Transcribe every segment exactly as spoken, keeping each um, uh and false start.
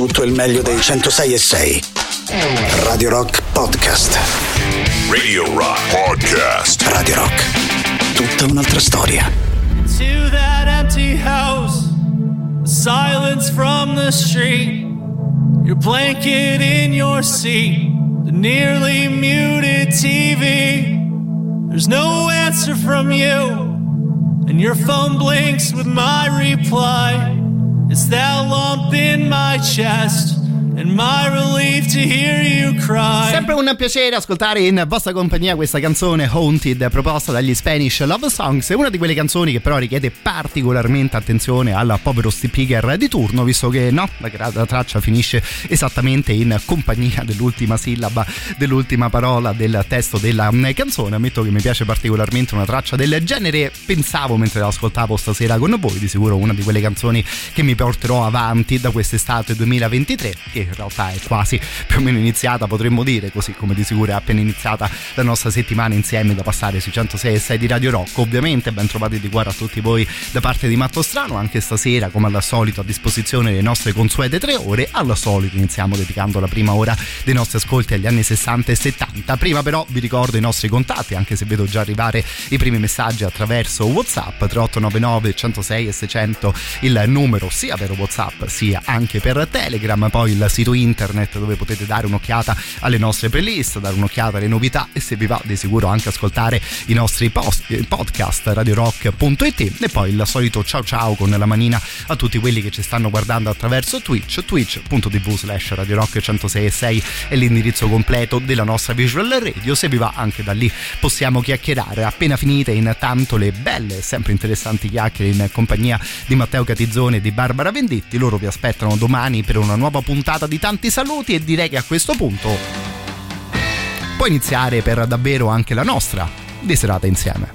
tutto il meglio dei centosei e sei. Radio Rock Podcast. Radio Rock Podcast. Radio Rock. Tutta un'altra storia. To that empty house, silence from the street, your blanket in your seat, the nearly muted T V. There's no answer from you, and your phone blinks with my reply. It's that lump in my chest and my relief to hear you cry. Sempre un piacere ascoltare in vostra compagnia questa canzone Haunted, proposta dagli Spanish Love Songs. È una di quelle canzoni che però richiede particolarmente attenzione al povero speaker di turno, visto che no, la, la traccia finisce esattamente in compagnia dell'ultima sillaba, dell'ultima parola del testo della canzone. Ammetto che mi piace particolarmente una traccia del genere. Pensavo mentre l'ascoltavo stasera con voi, di sicuro una di quelle canzoni che mi porterò avanti da quest'estate duemilaventitré, che in realtà è quasi più o meno iniziata, potremmo dire, così come di sicuro è appena iniziata la nostra settimana insieme da passare sui centosei e sei di Radio Rock. Ovviamente ben trovati di cuore a tutti voi da parte di Matto Strano, anche stasera come al solito a disposizione le nostre consuete tre ore. Al solito iniziamo dedicando la prima ora dei nostri ascolti agli anni sessanta e settanta. Prima però vi ricordo i nostri contatti, anche se vedo già arrivare i primi messaggi attraverso WhatsApp. Tre otto nove nove centosei e seicento il numero sia per WhatsApp sia anche per Telegram, poi il sito internet dove potete dare un'occhiata alle nostre playlist, dare un'occhiata alle novità e se vi va di sicuro anche ascoltare i nostri post, podcast radiorock punto it, e poi il solito ciao ciao con la manina a tutti quelli che ci stanno guardando attraverso Twitch. Twitch punto tv slash radiorock centosei e sei è l'indirizzo completo della nostra visual radio. Se vi va anche da lì possiamo chiacchierare. Appena finite intanto le belle e sempre interessanti chiacchiere in compagnia di Matteo Catizzone e di Barbara Venditti. Loro vi aspettano domani per una nuova puntata di tanti saluti, e direi che a questo punto può iniziare per davvero anche la nostra di serata insieme.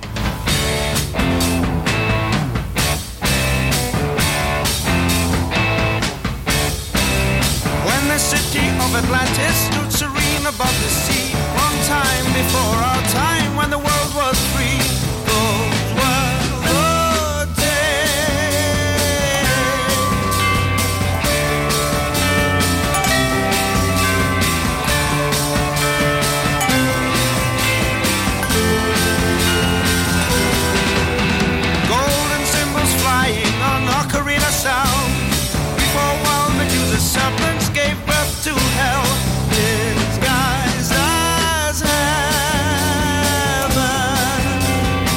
When the city of Atlantis stood serene above the sea, one time before our time, when the world was free, those were the days. Golden cymbals flying on ocarina sound, before wild Medusa's serpents gave birth to hell, disguised as heaven.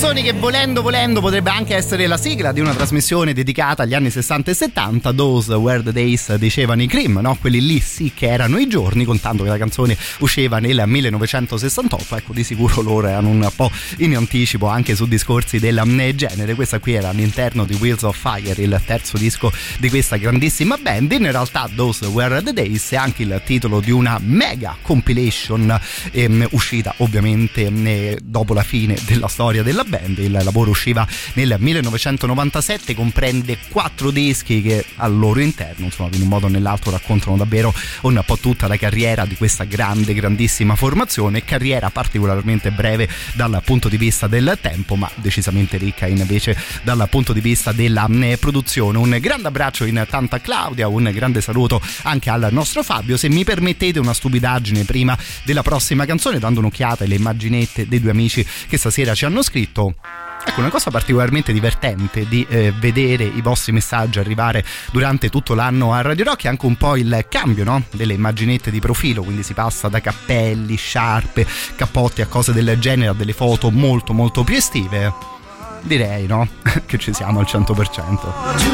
canzoni che volendo volendo potrebbe anche essere la sigla di una trasmissione dedicata agli anni sessanta e settanta. Those were the days, dicevano i Cream, no? Quelli lì sì che erano i giorni, contando che la canzone usciva nel millenovecentosessantotto. Ecco, di sicuro loro erano un po' in anticipo anche su discorsi del genere. Questa qui era all'interno di Wheels of Fire, il terzo disco di questa grandissima band. In realtà Those were the days è anche il titolo di una mega compilation ehm, uscita ovviamente eh, dopo la fine della storia della band. Il lavoro usciva nel millenovecentonovantasette, comprende quattro dischi che al loro interno, insomma, in un modo o nell'altro raccontano davvero un po' tutta la carriera di questa grande, grandissima formazione, carriera particolarmente breve dal punto di vista del tempo, ma decisamente ricca invece dal punto di vista della produzione. Un grande abbraccio intanto a Claudia, un grande saluto anche al nostro Fabio. Se mi permettete una stupidaggine prima della prossima canzone, dando un'occhiata alle immaginette dei due amici che stasera ci hanno scritto. Ecco, una cosa particolarmente divertente di eh, vedere i vostri messaggi arrivare durante tutto l'anno a Radio Rock è anche un po' il cambio, no? Delle immaginette di profilo, quindi si passa da cappelli, sciarpe, cappotti a cose del genere a delle foto molto molto più estive. Direi, no? Che ci siamo al cento per cento.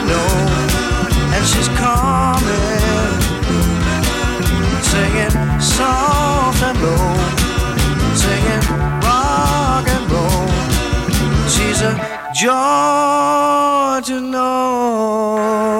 She's a joy to know.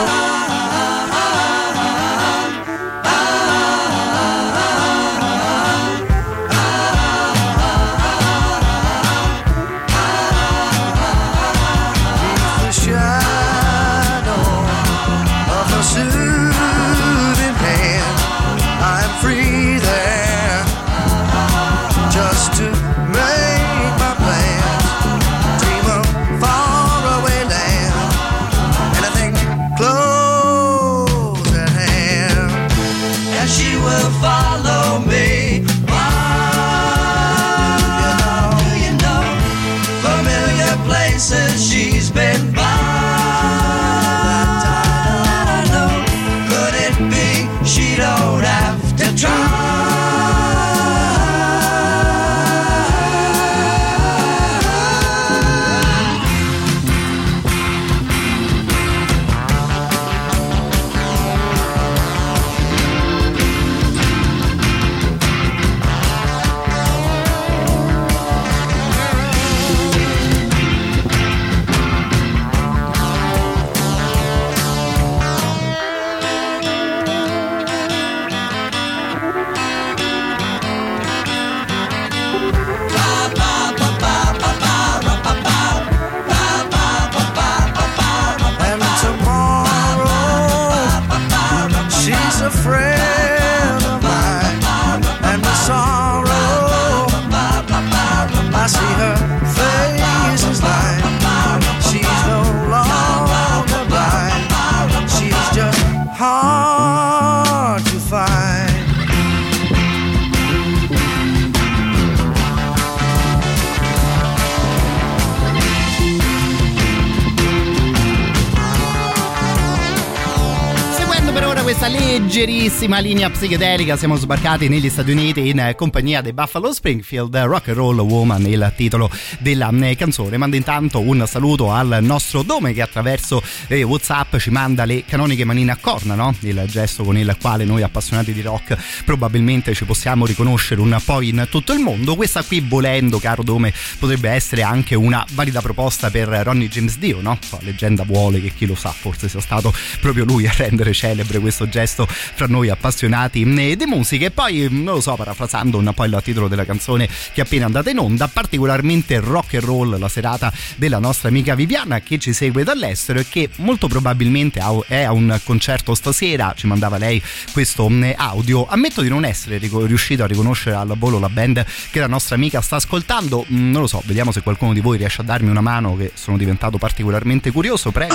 The shadow of her soothing hand, I'm free there just to make my plans. Dream of faraway land, anything close at hand, and she will follow me. Why? Do you know familiar places she's been by? I know, could it be she don't have to try? A friend of mine, and with sorrow I see her face is light. She's no longer blind, she's just hard to find. Questa leggerissima linea psichedelica siamo sbarcati negli Stati Uniti in compagnia dei Buffalo Springfield. Rock and Roll Woman, il titolo della canzone. Mando intanto un saluto al nostro Dome che attraverso eh, WhatsApp ci manda le canoniche manine a corna, no? Il gesto con il quale noi appassionati di rock probabilmente ci possiamo riconoscere un po' in tutto il mondo. Questa qui, volendo, caro Dome, potrebbe essere anche una valida proposta per Ronnie James Dio, no? La leggenda vuole che, chi lo sa, forse sia stato proprio lui a rendere celebre questo gesto fra noi appassionati di musica. E poi, non lo so, parafrasando un po' il titolo della canzone che è appena andata in onda, particolarmente rock and roll la serata della nostra amica Viviana che ci segue dall'estero e che molto probabilmente è a un concerto stasera. Ci mandava lei questo audio. Ammetto di non essere riuscito a riconoscere al volo la band che la nostra amica sta ascoltando. Non lo so, vediamo se qualcuno di voi riesce a darmi una mano, che sono diventato particolarmente curioso. Prego.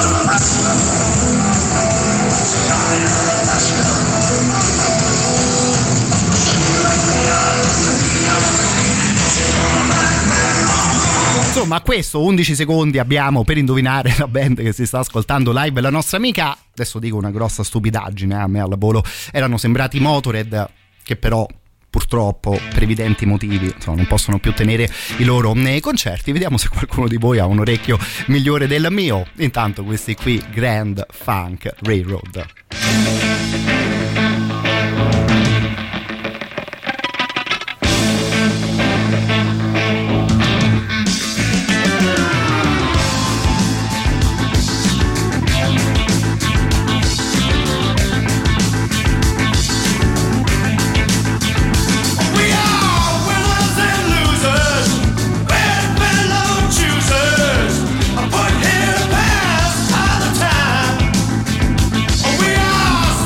Insomma, questo undici secondi abbiamo per indovinare la band che si sta ascoltando live la nostra amica. Adesso dico una grossa stupidaggine, a me al volo erano sembrati Motorhead, che però purtroppo per evidenti motivi insomma, non possono più tenere i loro nei concerti. Vediamo se qualcuno di voi ha un orecchio migliore del mio. Intanto questi qui, Grand Funk Railroad. We are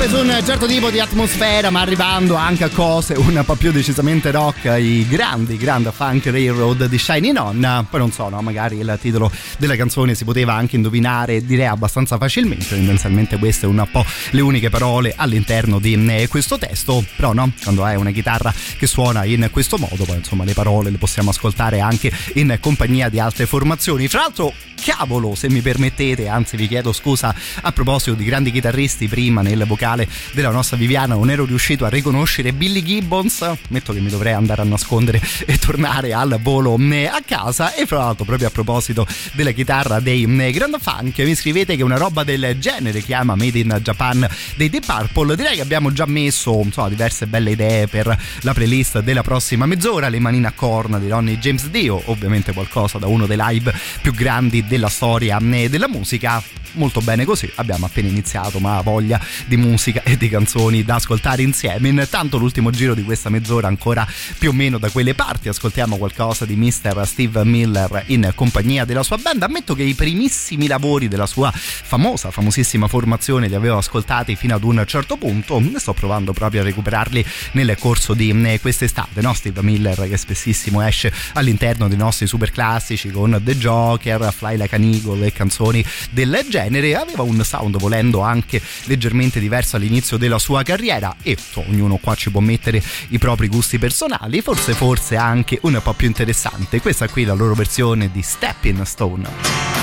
sempre su un certo tipo di atmosfera, ma arrivando anche a cose un po' più decisamente rock, i grandi, grandi Funk Railroad di Shining On. Poi non so, no, magari il titolo della canzone si poteva anche indovinare, direi abbastanza facilmente, tendenzialmente queste un po' le uniche parole all'interno di questo testo, però no, quando hai una chitarra che suona in questo modo, poi insomma le parole le possiamo ascoltare anche in compagnia di altre formazioni. Fra l'altro, cavolo, se mi permettete, anzi vi chiedo scusa, a proposito di grandi chitarristi, prima nel vocale della nostra Viviana non ero riuscito a riconoscere Billy Gibbons, ammetto che mi dovrei andare a nascondere e tornare al volo a casa. E fra l'altro, proprio a proposito della chitarra dei Grand Funk, mi scrivete che una roba del genere chiama Made in Japan dei Deep Purple. Direi che abbiamo già messo, insomma, diverse belle idee per la playlist della prossima mezz'ora. Le manine a corna di Ronnie James Dio, ovviamente qualcosa da uno dei live più grandi della storia della musica. Molto bene così, abbiamo appena iniziato, ma ha voglia di musica e di canzoni da ascoltare insieme. Intanto l'ultimo giro di questa mezz'ora ancora più o meno da quelle parti, ascoltiamo qualcosa di mister Steve Miller in compagnia della sua band. Ammetto che i primissimi lavori della sua famosa, famosissima formazione li avevo ascoltati fino ad un certo punto, ne sto provando proprio a recuperarli nel corso di quest'estate, no? Steve Miller che spessissimo esce all'interno dei nostri super classici con The Joker, Fly Like an Eagle e canzoni del genere. Aveva un sound, volendo, anche leggermente diverso all'inizio della sua carriera, e so, ognuno qua ci può mettere i propri gusti personali, forse forse anche un po' più interessante. Questa qui è la loro versione di Stepping Stone.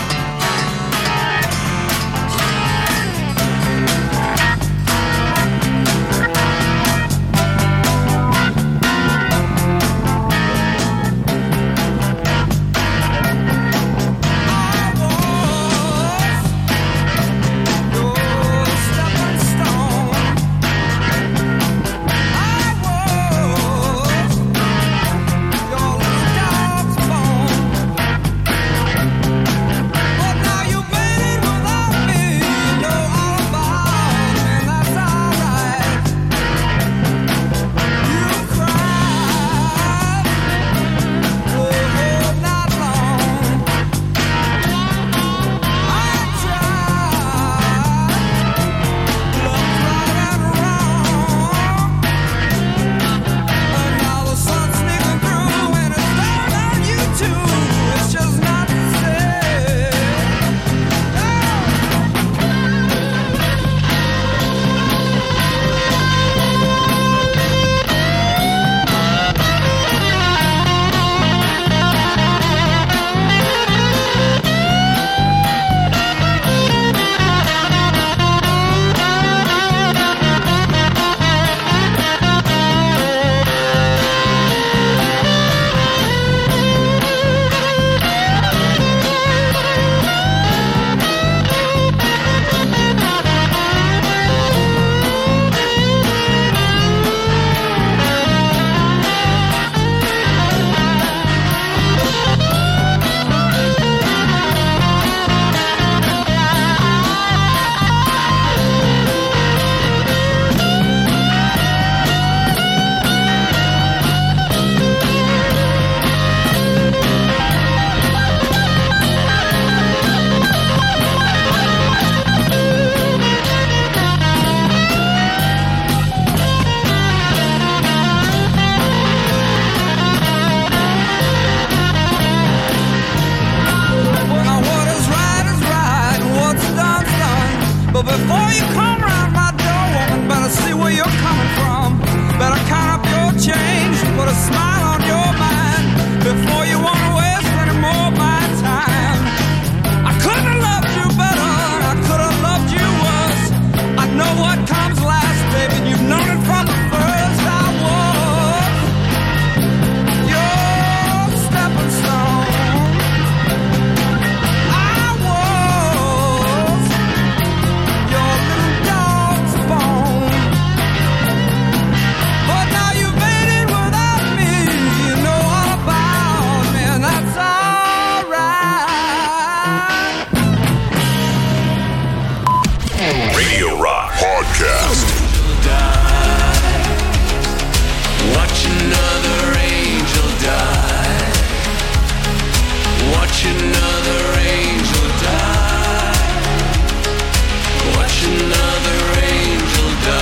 Watch another angel die.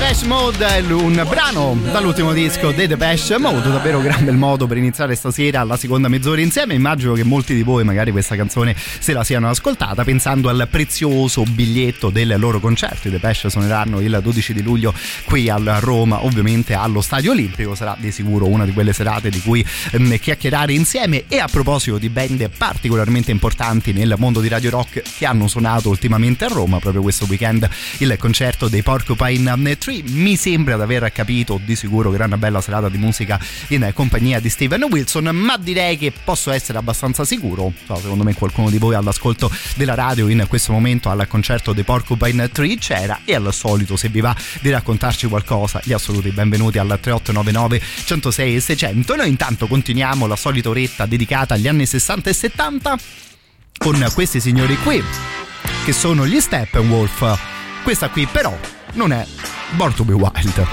Depeche Mode, un brano dall'ultimo disco dei Depeche Mode, davvero gran bel modo per iniziare stasera la seconda mezz'ora insieme. Immagino che molti di voi magari questa canzone se la siano ascoltata pensando al prezioso biglietto del loro concerto. I Depeche suoneranno il dodici di luglio qui a Roma, ovviamente allo Stadio Olimpico. Sarà di sicuro una di quelle serate di cui ehm, chiacchierare insieme. E a proposito di band particolarmente importanti nel mondo di Radio Rock che hanno suonato ultimamente a Roma, proprio questo weekend il concerto dei Porcupine Tree, mi sembra di aver capito di sicuro che era una bella serata di musica in compagnia di Steven Wilson, ma direi che posso essere abbastanza sicuro, so, secondo me qualcuno di voi all'ascolto della radio in questo momento al concerto dei Porcupine Tree c'era, e al solito se vi va di raccontarci qualcosa gli assoluti benvenuti al tre otto nove nove uno zero sei sei zero zero. Noi intanto continuiamo la solita oretta dedicata agli anni sessanta e settanta con questi signori qui che sono gli Steppenwolf. Questa qui però non è Born to Be Wild.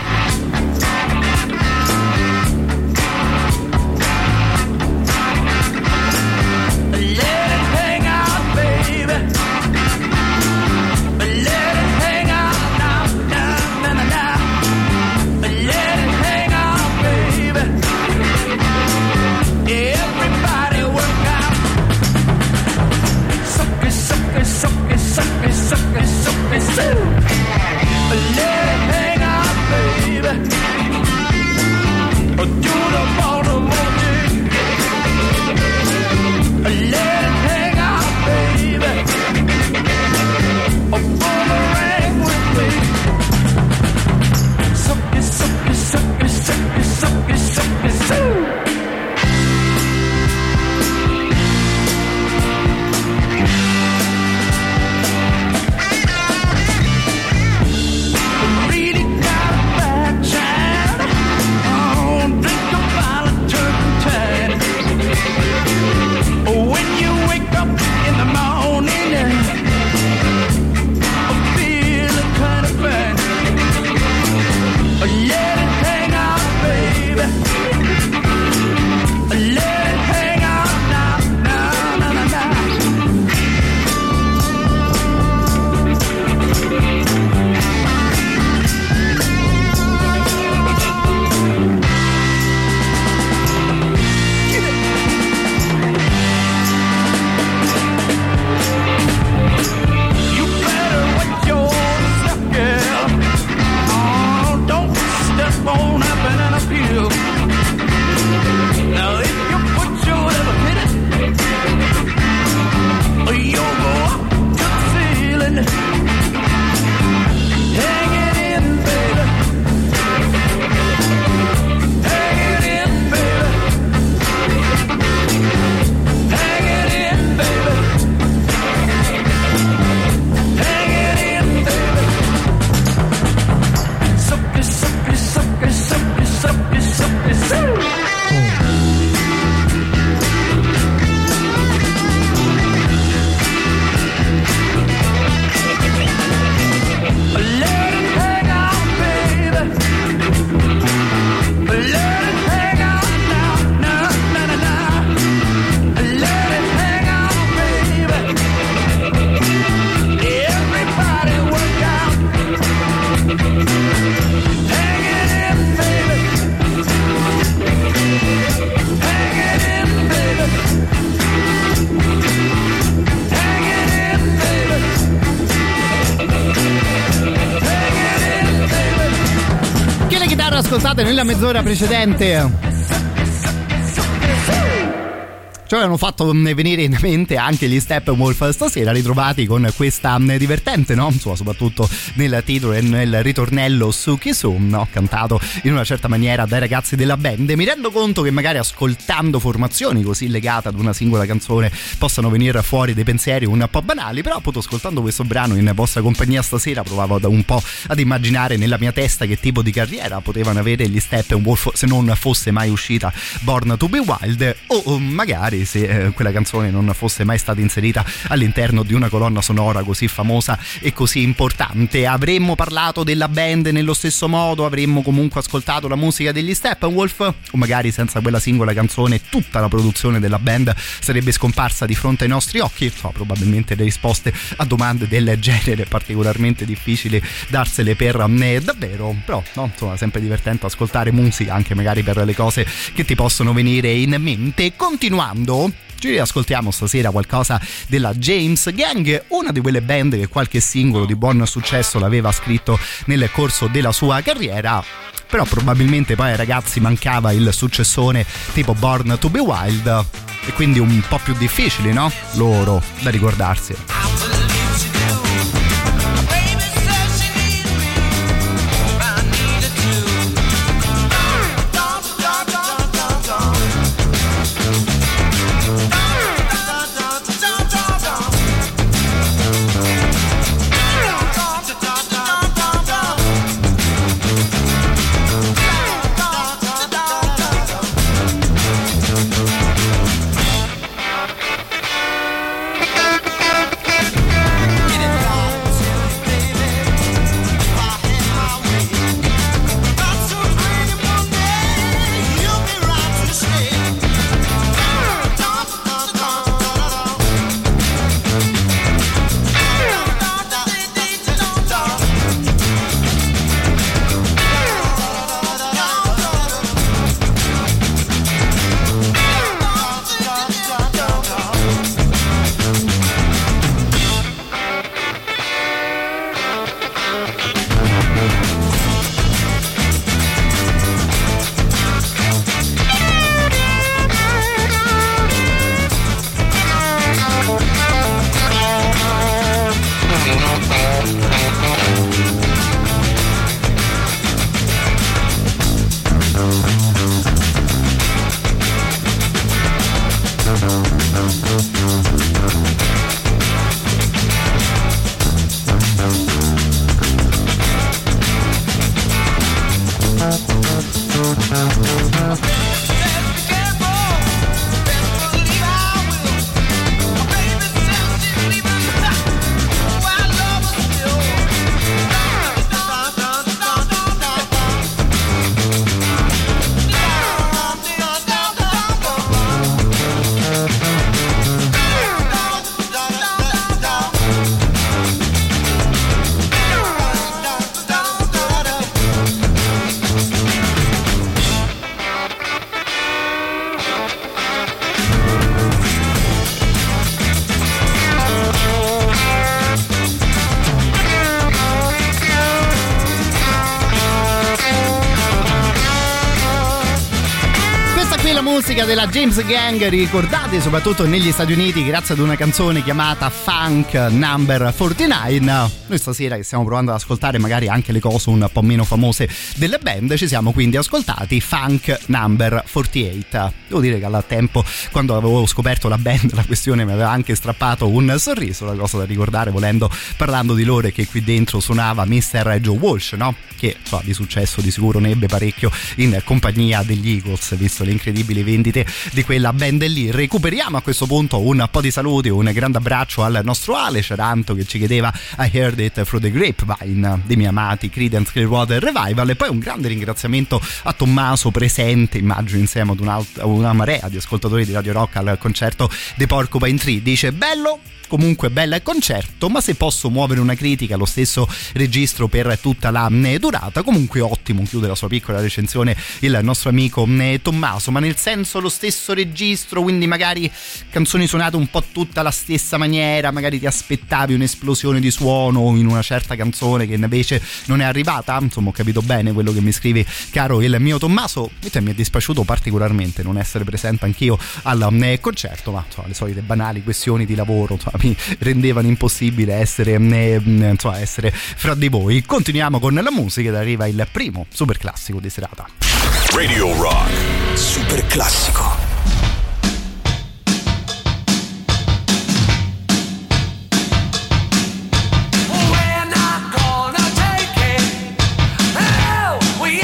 Ascoltate nella mezz'ora precedente ci avevano fatto venire in mente anche gli Steppenwolf stasera, ritrovati con questa divertente, no? Insomma, soprattutto nel titolo e nel ritornello Suki Su, no? Cantato in una certa maniera dai ragazzi della band. Mi rendo conto che magari ascoltando formazioni così legate ad una singola canzone possano venire fuori dei pensieri un po' banali, però appunto ascoltando questo brano in vostra compagnia stasera provavo da un po' ad immaginare nella mia testa che tipo di carriera potevano avere gli Steppenwolf se non fosse mai uscita Born to Be Wild, o magari direi se eh, quella canzone non fosse mai stata inserita all'interno di una colonna sonora così famosa e così importante. Avremmo parlato della band nello stesso modo, avremmo comunque ascoltato la musica degli Steppenwolf, o magari senza quella singola canzone tutta la produzione della band sarebbe scomparsa di fronte ai nostri occhi? So, probabilmente le risposte a domande del genere è particolarmente difficile darsele per eh, davvero, però no, insomma, sempre divertente ascoltare musica anche magari per le cose che ti possono venire in mente. Continuando, ci ascoltiamo stasera qualcosa della James Gang, una di quelle band che qualche singolo di buon successo l'aveva scritto nel corso della sua carriera, però probabilmente poi ai ragazzi mancava il successone tipo Born to be Wild e quindi un po' più difficili, no? Loro da ricordarsi. Musica della James Gang, ricordate soprattutto negli Stati Uniti grazie ad una canzone chiamata Funk Number quarantanove. Noi stasera che stiamo provando ad ascoltare magari anche le cose un po' meno famose delle band, ci siamo quindi ascoltati Funk Number quarantotto. Devo dire che al tempo, quando avevo scoperto la band, la questione mi aveva anche strappato un sorriso, la cosa da ricordare volendo, parlando di loro, è che qui dentro suonava mister Joe Walsh, no? Che so, di successo di sicuro ne ebbe parecchio in compagnia degli Eagles, visto le incredibili vendite di quella band lì. Recuperiamo a questo punto un po' di saluti, un grande abbraccio al nostro Ale Ceranto che ci chiedeva I Heard It Through the Grapevine dei miei amati Creedence Clearwater Revival, e poi un grande ringraziamento a Tommaso, presente immagino insieme ad un'altra, una marea di ascoltatori di Radio Rock al concerto dei Porcupine Tree. Dice: bello, comunque bella il concerto, ma se posso muovere una critica, lo stesso registro per tutta la durata. Comunque ottimo, chiude la sua piccola recensione il nostro amico Tommaso, ma nel senso lo stesso registro, quindi magari canzoni suonate un po' tutta la stessa maniera, magari ti aspettavi un'esplosione di suono in una certa canzone che invece non è arrivata. Insomma, ho capito bene quello che mi scrivi, caro il mio Tommaso. Mi è dispiaciuto particolarmente non essere presente anch'io al concerto, ma insomma, le solite banali questioni di lavoro insomma, mi rendevano impossibile essere, insomma, essere fra di voi. Continuiamo con la musica ed arriva il primo super classico di serata. Radio Rock Super classico.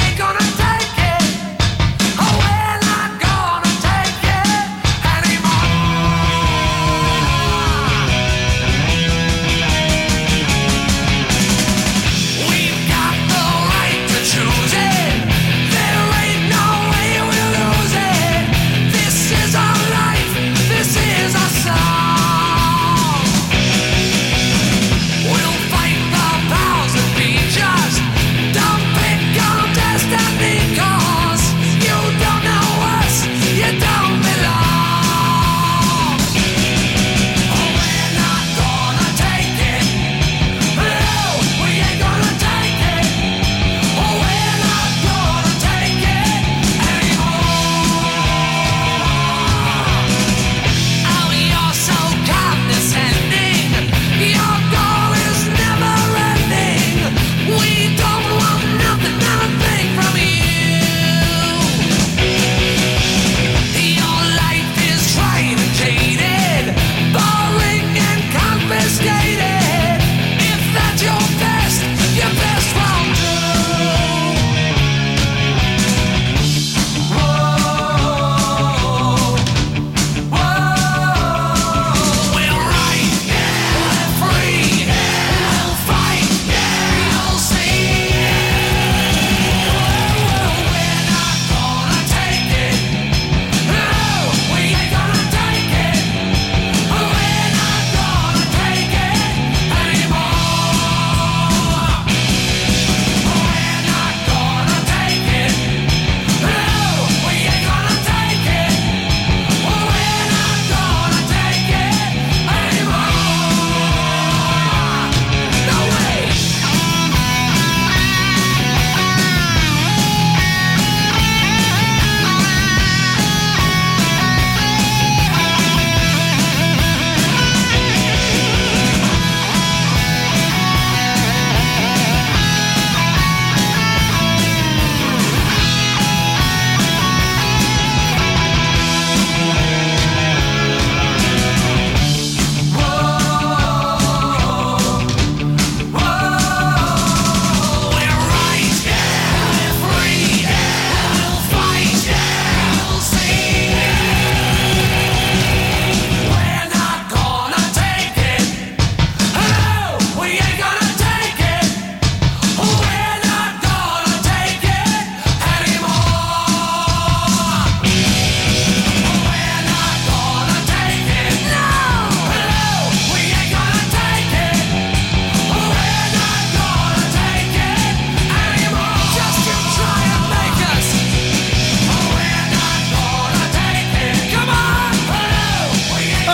Anymore.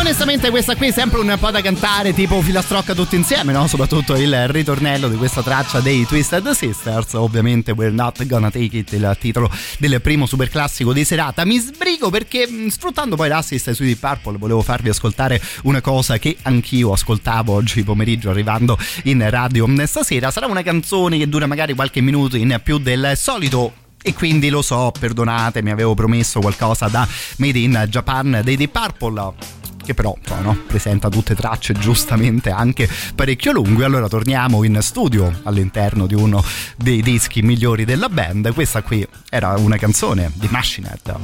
onestamente questa qui è sempre un po' da cantare tipo filastrocca tutti insieme, no? Soprattutto il ritornello di questa traccia dei Twisted Sisters, ovviamente We're Not Gonna Take It, il titolo del primo super classico di serata. Mi sbrigo perché sfruttando poi l'assist sui Deep Purple volevo farvi ascoltare una cosa che anch'io ascoltavo oggi pomeriggio arrivando in radio stasera. Sarà una canzone che dura magari qualche minuto in più del solito e quindi lo so, perdonatemi, avevo promesso qualcosa da Made in Japan dei Deep Purple, che però no, presenta tutte tracce giustamente anche parecchio lunghe. Allora torniamo in studio all'interno di uno dei dischi migliori della band. Questa qui era una canzone di Machine Head.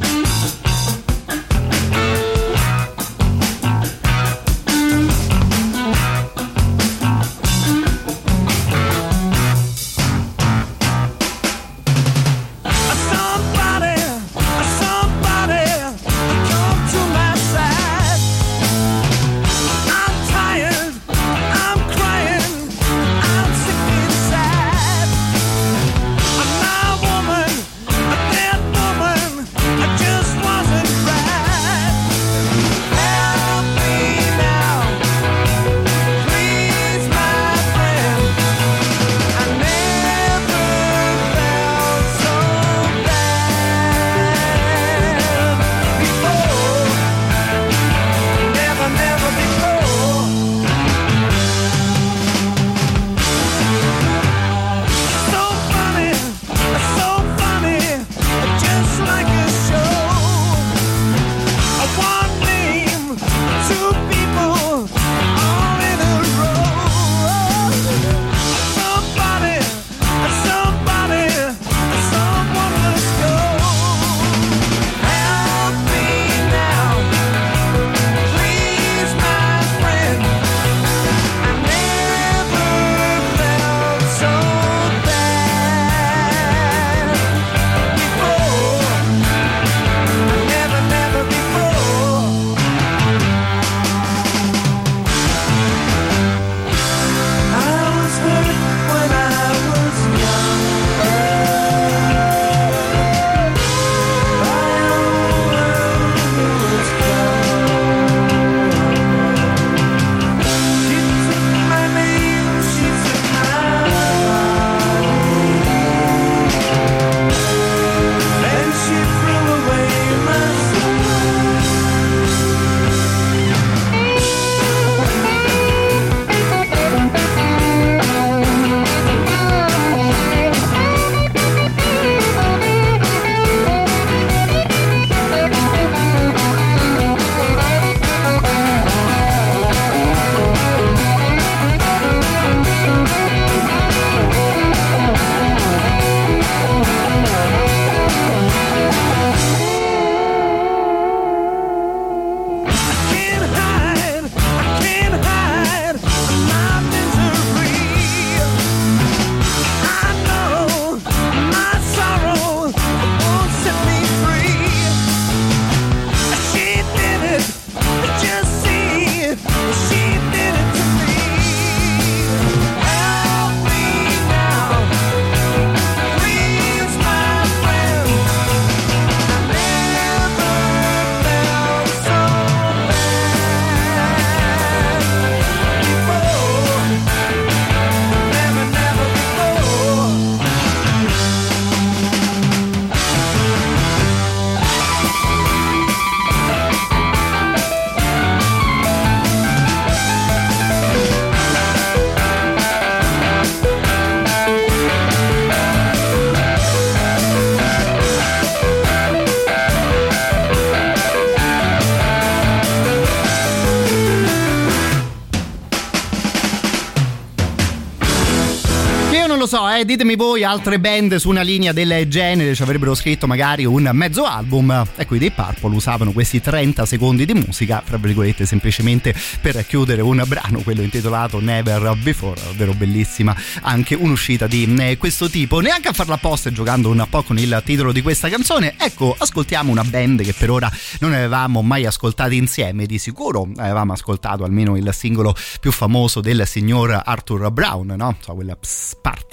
lo so, eh, ditemi voi altre band su una linea del genere ci avrebbero scritto magari un mezzo album. Ecco, i Deep Purple usavano questi trenta secondi di musica, fra virgolette, semplicemente per chiudere un brano, quello intitolato Never Before, davvero bellissima anche un'uscita di eh, questo tipo, neanche a farla apposta, giocando un po' con il titolo di questa canzone. Ecco, ascoltiamo una band che per ora non avevamo mai ascoltato insieme. Di sicuro avevamo ascoltato almeno il singolo più famoso del signor Arthur Brown, no? So, quella particolare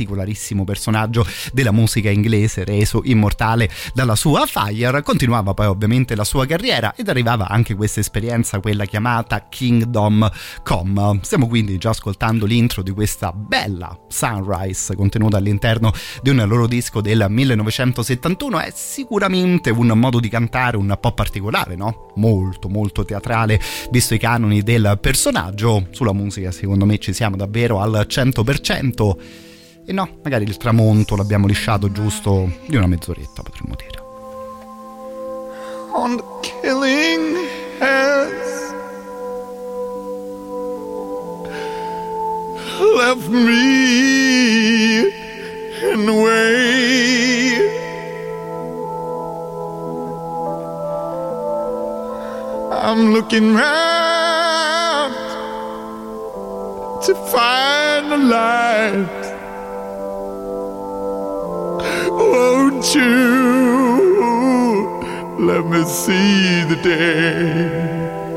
particolarissimo personaggio della musica inglese reso immortale dalla sua Fire. Continuava poi ovviamente la sua carriera ed arrivava anche questa esperienza, quella chiamata Kingdom Come. Stiamo quindi già ascoltando l'intro di questa bella Sunrise contenuta all'interno di un loro disco del millenovecentosettantuno. È sicuramente un modo di cantare un po' particolare, no? Molto molto teatrale visto i canoni del personaggio. Sulla musica secondo me ci siamo davvero al cento per cento e no, magari il tramonto l'abbiamo lisciato giusto di una mezz'oretta, potremmo dire. On the killing hands left me in the way. I'm looking round to find the light. Won't you let me see the day?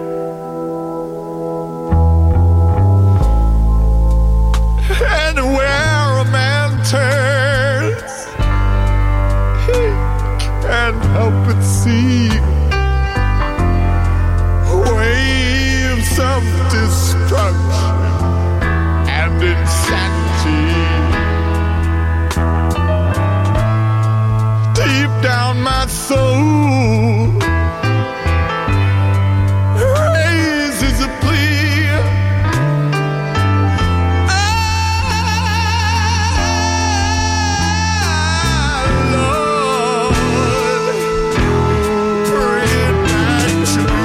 Anywhere a man turns, he can't help but see waves of destruction and insanity. Deep down my soul raises a plea. Ah, Lord, bring it back to me.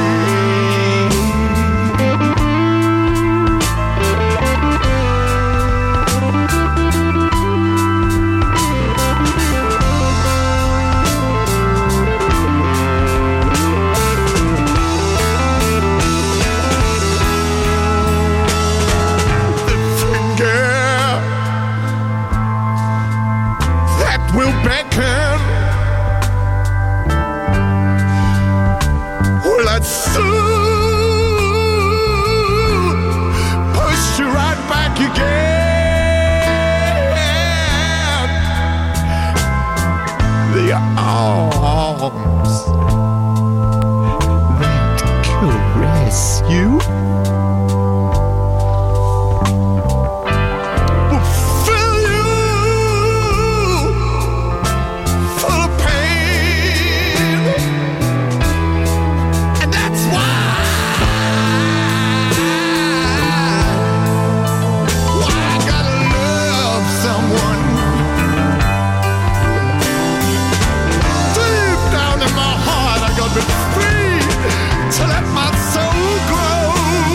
Will beckon, will I soon push you right back again? The arms that caress you to let my soul grow.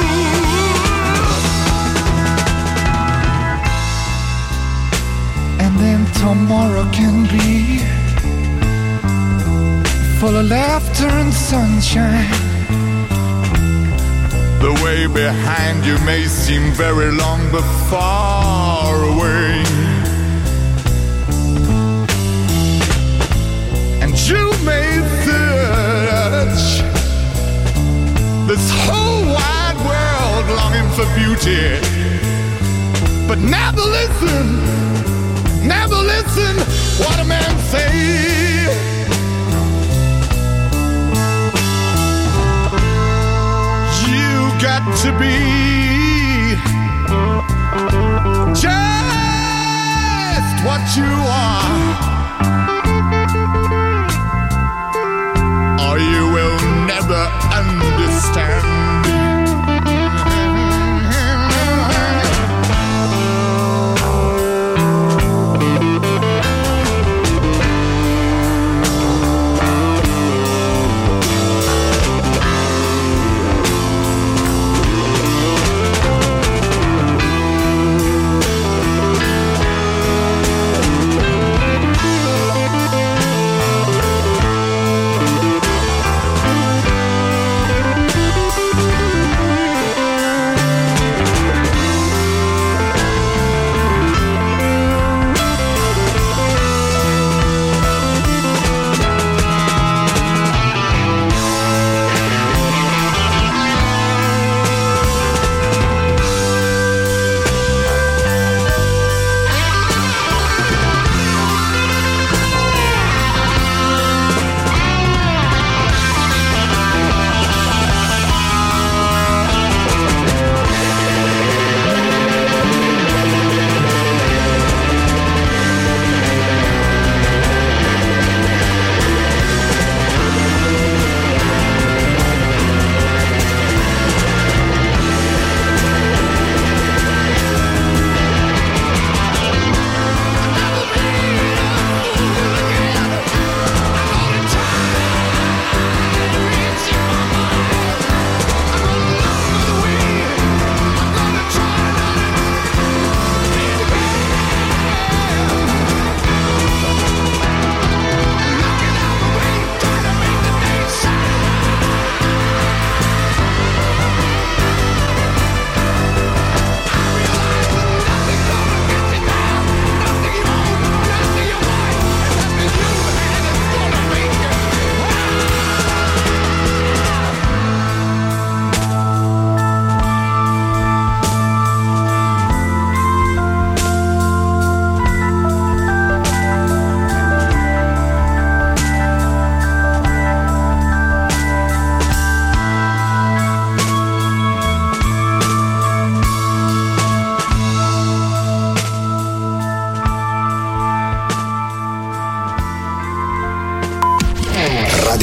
And then tomorrow can be full of laughter and sunshine. The way behind you may seem very long but far away. And you may search this whole wide world longing for beauty, but never listen, never listen what a man say. You got to be just what you are, or you will never understand.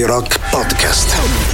Rock Podcast.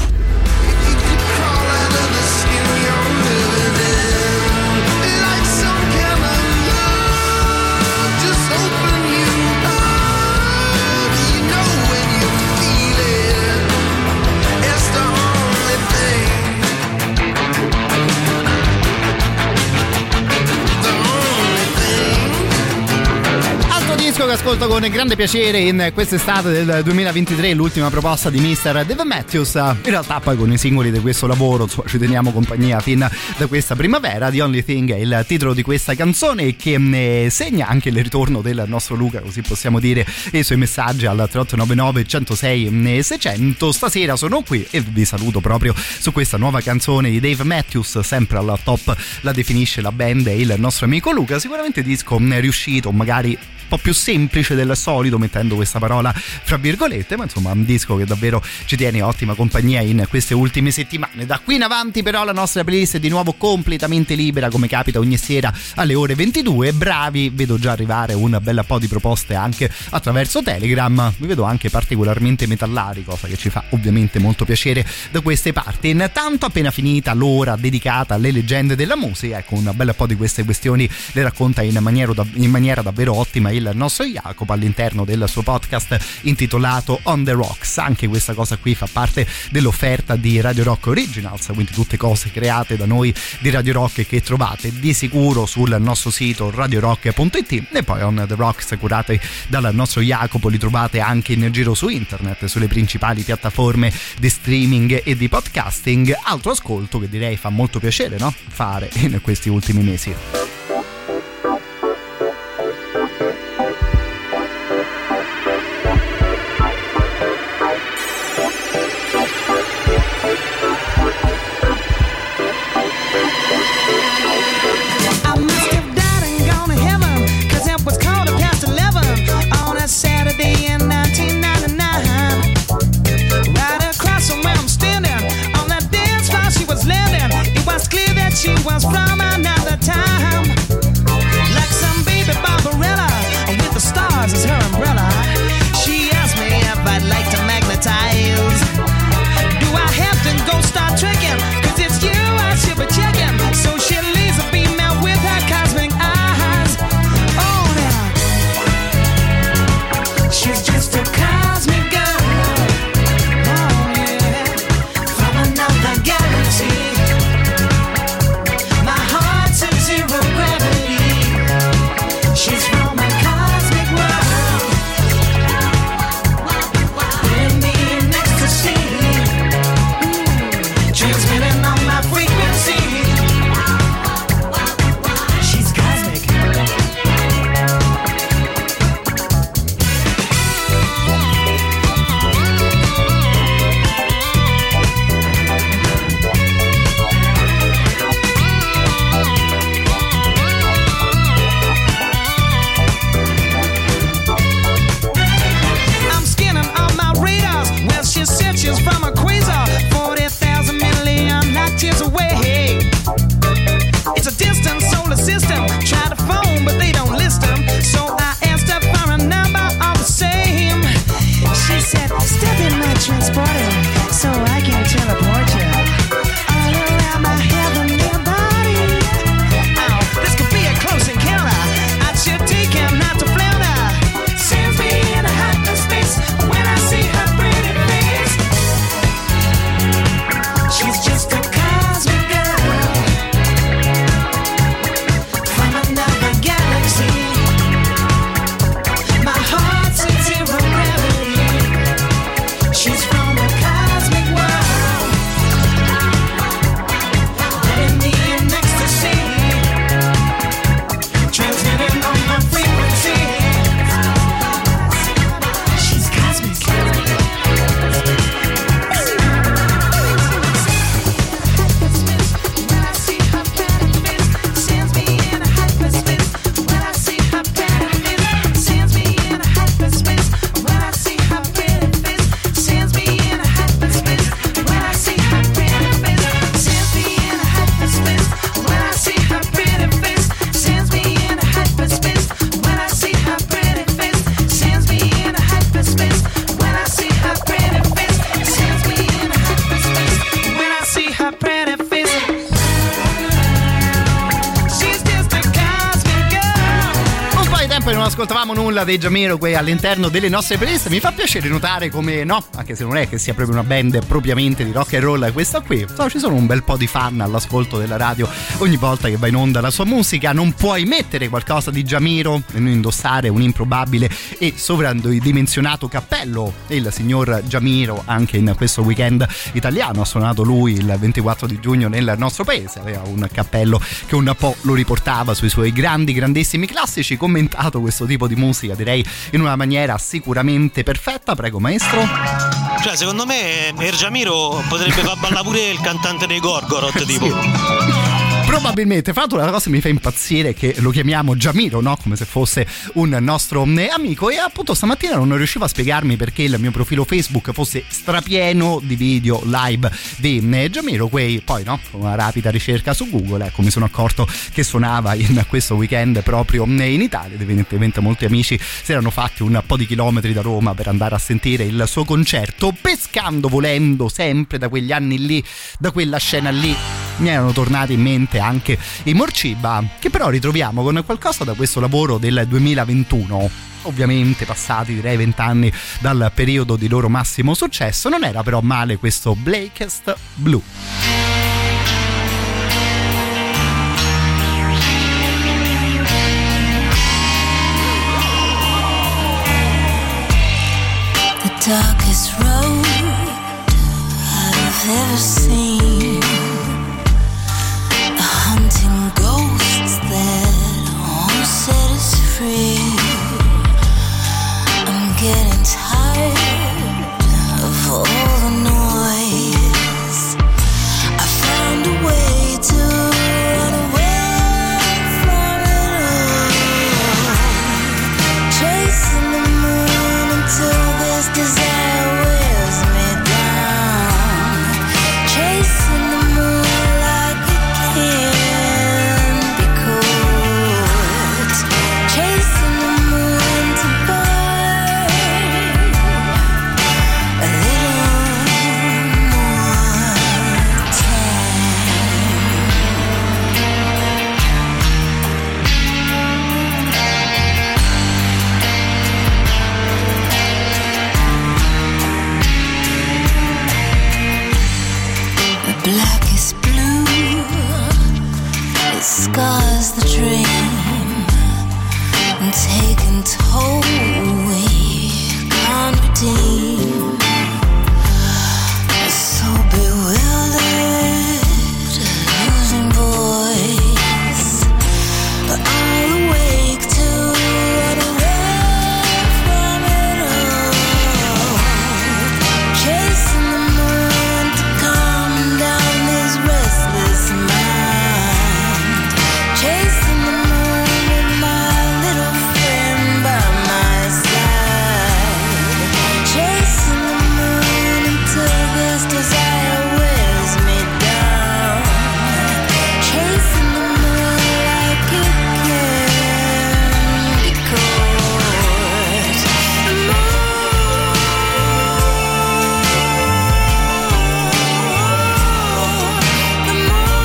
Che ascolto con grande piacere in quest'estate del duemilaventitré, l'ultima proposta di mister Dave Matthews. In realtà poi con i singoli di questo lavoro insomma, ci teniamo compagnia fin da questa primavera. The Only Thing è il titolo di questa canzone che ne segna anche il ritorno del nostro Luca, così possiamo dire, e i suoi messaggi al tre otto nove nove, centosei, seicento. Stasera sono qui e vi saluto proprio su questa nuova canzone di Dave Matthews, sempre al top la definisce la band e il nostro amico Luca. Sicuramente disco riuscito, magari un po' più semplice del solito, mettendo questa parola fra virgolette, ma insomma un disco che davvero ci tiene ottima compagnia in queste ultime settimane. Da qui in avanti però la nostra playlist è di nuovo completamente libera, come capita ogni sera alle ore ventidue. Bravi, vedo già arrivare un bel po' di proposte anche attraverso Telegram, vi vedo anche particolarmente metallari, cosa che ci fa ovviamente molto piacere da queste parti. Intanto, appena finita l'ora dedicata alle leggende della musica, ecco, un bel po' di queste questioni le racconta in maniera, in maniera davvero ottima il nostro Jacopo all'interno del suo podcast intitolato On The Rocks. Anche questa cosa qui fa parte dell'offerta di Radio Rock Originals, quindi tutte cose create da noi di Radio Rock che trovate di sicuro sul nostro sito radio rock punto it, e poi On The Rocks curati dal nostro Jacopo li trovate anche in giro su internet, sulle principali piattaforme di streaming e di podcasting. Altro ascolto che direi fa molto piacere, no? fare in questi ultimi mesi. Saturday in nineteen ninety-nine, right across from where I'm standing, on that dance floor she was landing. It was clear that she was from another time, like some baby Barbarella with the stars as her umbrella. She asked me if I'd like to magnetize. Do I have to go start trekking? Cause it's you I should be checking. So she laser beam out with her cosmic eyes. Oh now, she's just a cosmic girl, oh yeah, from another galaxy. My non ascoltavamo nulla dei Jamiro qui all'interno delle nostre playlist. Mi fa piacere notare come, no, anche se non è che sia proprio una band propriamente di rock and roll questa qui, so, ci sono un bel po' di fan all'ascolto della radio. Ogni volta che va in onda la sua musica non puoi mettere qualcosa di Jamiro e non indossare un improbabile e sovradimensionato cappello. E il signor Jamiro anche in questo weekend italiano ha suonato lui il ventiquattro di giugno nel nostro paese, aveva un cappello che un po' lo riportava sui suoi grandi grandissimi classici. Commentato questo tipo di musica direi in una maniera sicuramente perfetta. Prego maestro. Cioè secondo me Er Jamiro potrebbe far ballare pure il cantante dei Gorgoroth tipo. Sì. Probabilmente, fra l'altro la cosa mi fa impazzire che lo chiamiamo Jamiro, no? Come se fosse un nostro amico, e appunto stamattina non riuscivo a spiegarmi perché il mio profilo Facebook fosse strapieno di video live di Jamiro. Quei poi, no, con una rapida ricerca su Google, ecco, mi sono accorto che suonava in questo weekend proprio in Italia. Evidentemente molti amici si erano fatti un po' di chilometri da Roma per andare a sentire il suo concerto, pescando, volendo sempre da quegli anni lì, da quella scena lì. Mi erano tornati in mente anche i Morciba, che però ritroviamo con qualcosa da questo lavoro del duemilaventuno. Ovviamente passati direi vent'anni dal periodo di loro massimo successo. Non era però male questo Blackest Blue. The darkest road I've ever seen, hunting ghosts that won't set us free. I'm getting tired of all the noise. I found a way to run away from it all, chasing the moon until this desire wears me down, chasing the moon like it can be cold, chasing the moon to burn a little more time. The blackest blue, it scars the dream, and taking toll we can't redeem. So bewildered, losing voice, but I'll awake to run away from it all, chasing the moon to calm down this restless mind, chasing the moon with my little friend by my side, chasing the moon until this desire wears me down, chasing the moon like it can be cold. The moon, the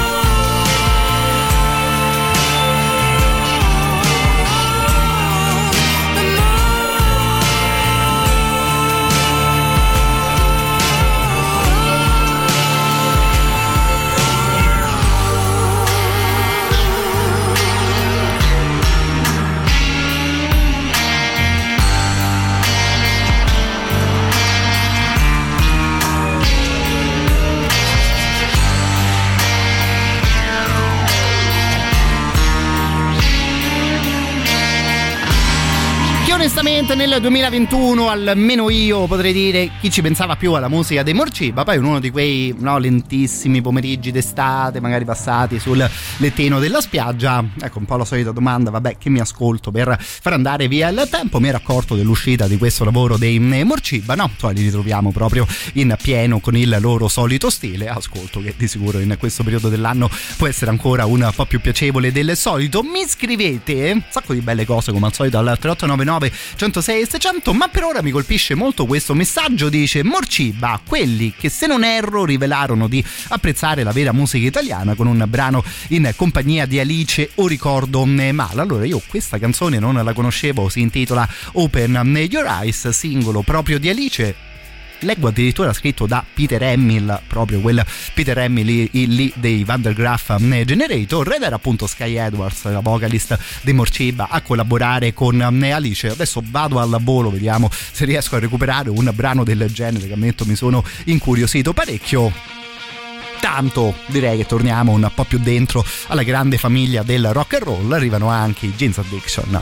Che onestamente nel duemilaventuno, almeno io potrei dire, chi ci pensava più alla musica dei Morciba. Poi in uno di quei, no, lentissimi pomeriggi d'estate, magari passati sul lettino della spiaggia, ecco un po' la solita domanda, vabbè, che mi ascolto per far andare via il tempo. Mi ero accorto dell'uscita di questo lavoro dei Morciba, no, poi li ritroviamo proprio in pieno con il loro solito stile. Ascolto che di sicuro in questo periodo dell'anno può essere ancora un po' più piacevole del solito. Mi scrivete un sacco di belle cose come al solito al tre otto nove nove nove centosei e seicento. Ma per ora mi colpisce molto questo messaggio, dice Morciba, quelli che se non erro rivelarono di apprezzare la vera musica italiana con un brano in compagnia di Alice, o ricordo male. Allora io questa canzone non la conoscevo, si intitola Open Your Eyes, singolo proprio di Alice. Leggo addirittura scritto da Peter Hamill, proprio quel Peter Hamill lì, lì dei Van der Graaf Generator, ed era appunto Sky Edwards, la vocalist di Morciba, a collaborare con Alice. Adesso vado al volo, vediamo se riesco a recuperare un brano del genere, che ammetto mi sono incuriosito parecchio. Tanto direi che torniamo un po' più dentro alla grande famiglia del rock and roll. Arrivano anche i Jane's Addiction.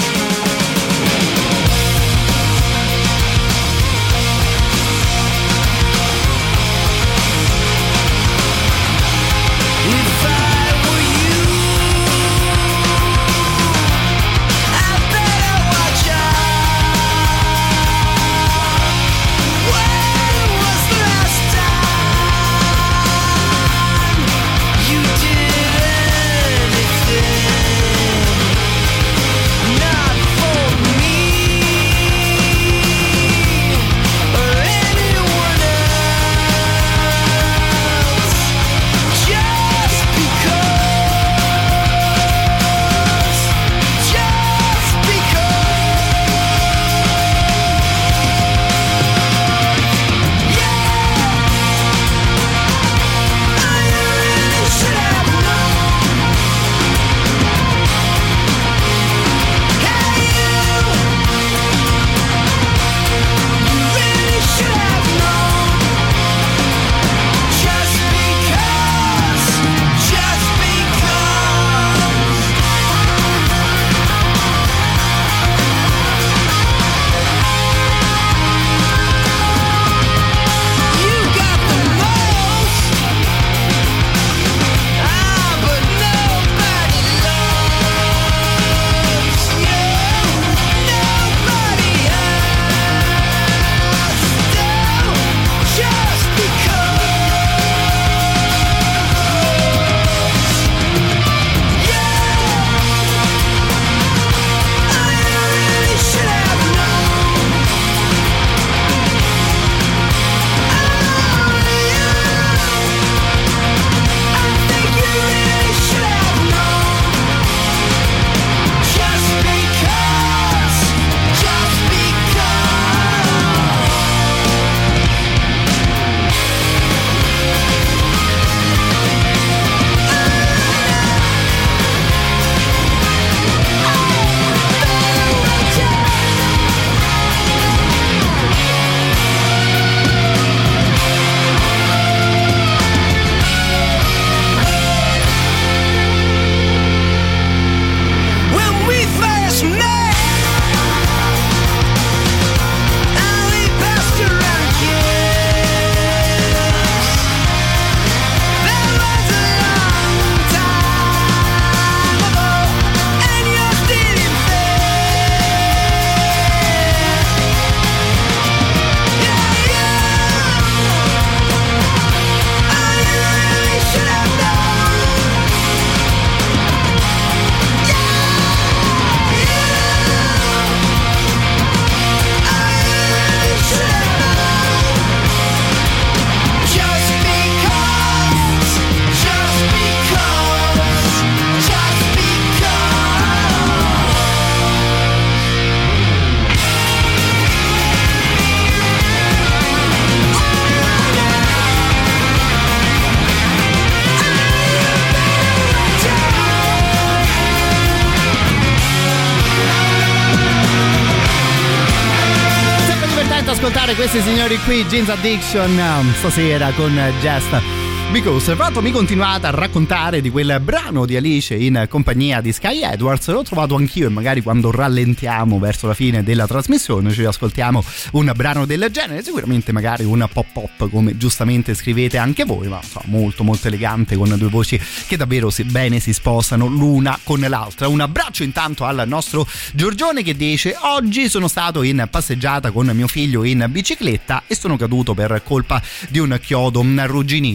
Questi signori qui, Jane's Addiction, stasera con Just Because. Tra l'altro mi continuate a raccontare di quel brano di Alice in compagnia di Sky Edwards. L'ho trovato anch'io, e magari quando rallentiamo verso la fine della trasmissione ci ascoltiamo un brano del genere, sicuramente magari un pop pop, come giustamente scrivete anche voi, ma insomma, molto molto elegante, con due voci che davvero si, bene si sposano l'una con l'altra. Un abbraccio intanto al nostro Giorgione, che dice: oggi sono stato in passeggiata con mio figlio in bicicletta e sono caduto per colpa di un chiodo arrugginito. Allora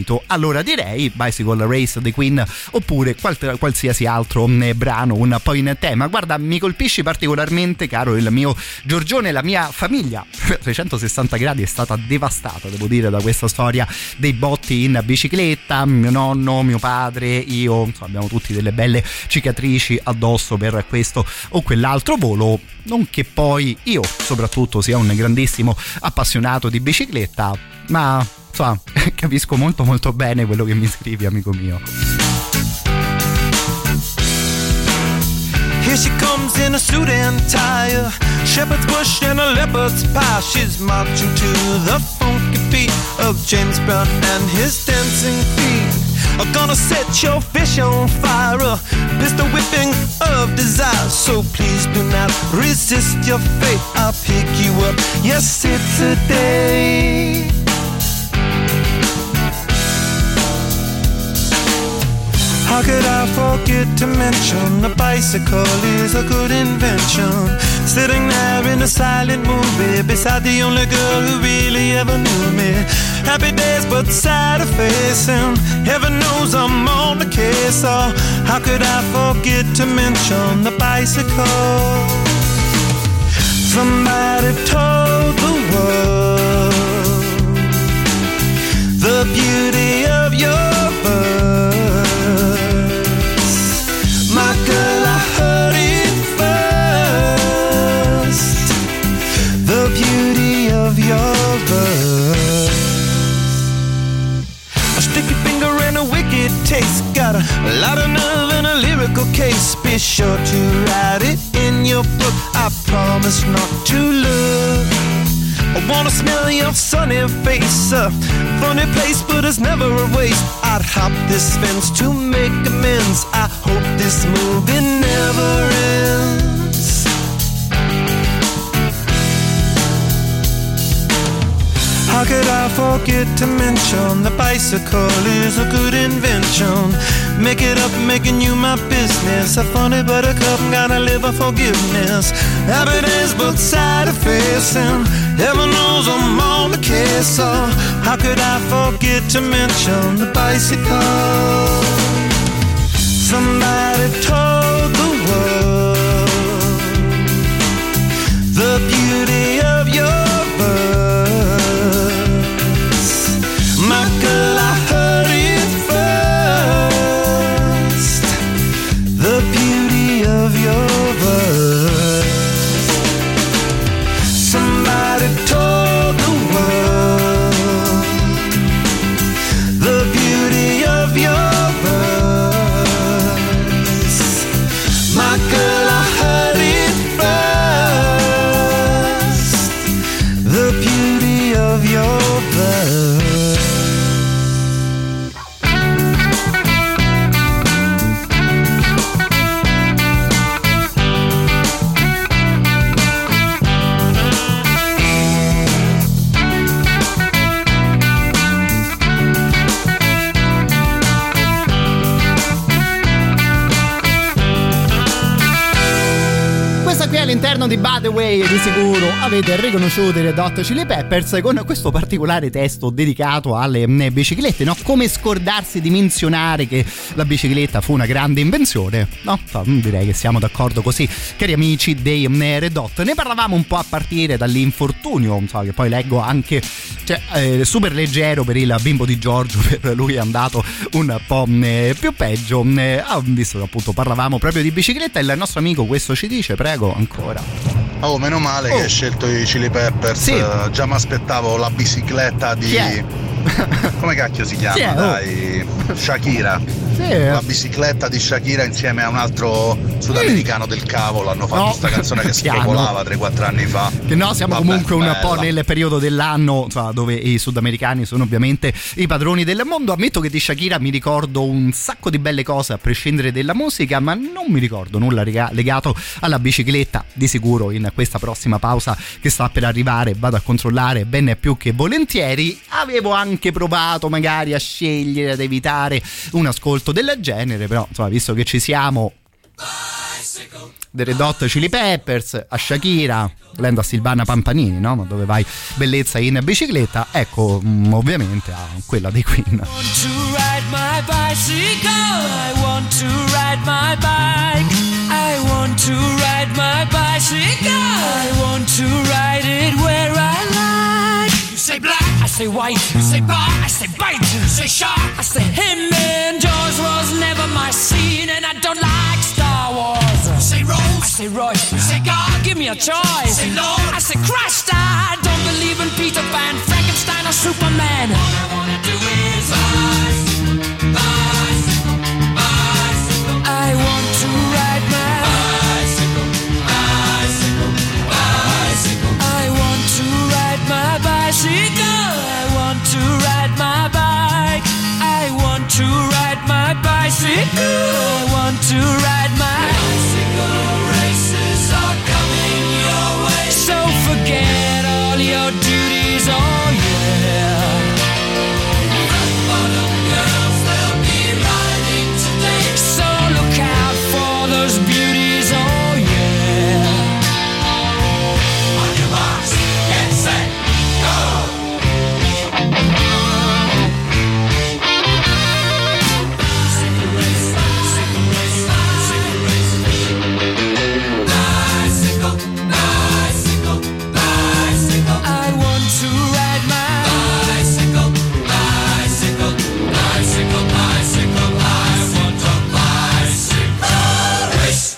allora direi Bicycle Race dei Queen oppure qual- qualsiasi altro eh, brano un po' in tema. Guarda, mi colpisci particolarmente, caro il mio Giorgione, la mia famiglia trecentosessanta gradi è stata devastata, devo dire, da questa storia dei botti in bicicletta. Mio nonno, mio padre, io, insomma, abbiamo tutti delle belle cicatrici addosso per questo o quell'altro volo. Non che poi io soprattutto sia un grandissimo appassionato di bicicletta, ma insomma capisco molto molto bene quello che mi scrivi, amico mio. Here she comes in a suit and tie, shepherd's bush and a leopard's pie. She's marching to the funky beat of James Brown and his dancing feet. I'm gonna set your fish on fire, a pistol whipping of desire. So please do not resist your fate. I'll pick you up, yes it's a day. How could I forget to mention a bicycle is a good invention? Sitting there in a silent movie beside the only girl who really ever knew me. Happy days but sad a face, and heaven knows I'm on the case. Oh, how could I forget to mention the bicycle? Somebody told the world the beauty of your verse. My girl, I heard it first. The beauty of your verse. A sticky finger and a wicked taste. Got a lot of nerve and a lyrical case. Be sure to write it in your book. I promise not to look. I wanna smell your sunny face. A funny place, but it's never a waste. I'd hop this fence to make amends. I hope this movie never ends. How could I forget to mention the bicycle is a good invention? Make it up, making you my business. A funny buttercup, gotta live a forgiveness. Happy days, but sad to face, and heaven knows I'm on the case. So how could I forget to mention the bicycle? Somebody told the world the beauty of your verse. My girl, I heard it first. The beauty of your verse. Somebody told the world the beauty of your verse. My girl, I heard it first. The beauty of your verse. Qui all'interno di By the Way di sicuro avete riconosciuto i Red Hot Chili Peppers con questo particolare testo dedicato alle biciclette, no? Come scordarsi di menzionare che la bicicletta fu una grande invenzione, no? Direi che siamo d'accordo così, cari amici dei Red Hot. Ne parlavamo un po' a partire dall'infortunio, so, che poi leggo anche, cioè, eh, super leggero per il bimbo di Giorgio, per lui è andato un po' eh, più peggio, eh, visto che appunto parlavamo proprio di bicicletta. Il nostro amico questo ci dice, prego, ancora. Oh, meno male oh. che hai scelto i Chili Peppers. Sì. Uh, già mi aspettavo la bicicletta di... come cacchio si chiama? Sì, dai, oh. Shakira. Sì. La bicicletta di Shakira insieme a un altro sudamericano mm. del cavolo hanno fatto questa no. canzone che spopolava tre quattro anni fa. Che no, siamo Vabbè, comunque un bella. po' nel periodo dell'anno, cioè, dove i sudamericani sono ovviamente i padroni del mondo. Ammetto che di Shakira mi ricordo un sacco di belle cose a prescindere dalla musica, ma non mi ricordo nulla legato alla bicicletta. Di sicuro in questa prossima pausa che sta per arrivare vado a controllare ben più che volentieri. Avevo anche provato magari a scegliere, ad evitare un ascolto del genere, però insomma, visto che ci siamo, dei Red Hot Chili Peppers a Shakira, volendo a Silvana Pampanini, no? Ma dove vai bellezza in bicicletta? Ecco, mh, ovviamente a quella dei Queen. I want to ride my bicycle, I want to ride my bike, I want to ride my bicycle, I want to ride it where I like. You say black, I say white, you say bar, I say bite, you say shark, I say him, and Jaws was never my scene, and I don't like Star Wars. You say Rose, I say Royce, you say God, give me a choice. You say Lord, I say Christ, I don't believe in Peter Pan, Frankenstein or Superman. All I wanna do is bicycle, bicycle, bicycle. I want to ride my bicycle, bicycle, bicycle. I want to ride my bicycle. I want to ride my bike. I want to ride my bicycle. I want to ride my bicycle. Races are coming your way. So forget all your duties, oh yeah. Rock bottom girls, they'll be riding today. So look out for those beauties, oh yeah. On your marks, get set, go. Bicycle race, bicycle race, bicycle race. Bicycle, bicycle, bicycle. I want to ride my bicycle, bicycle, bicycle, bicycle. I want a bicycle race.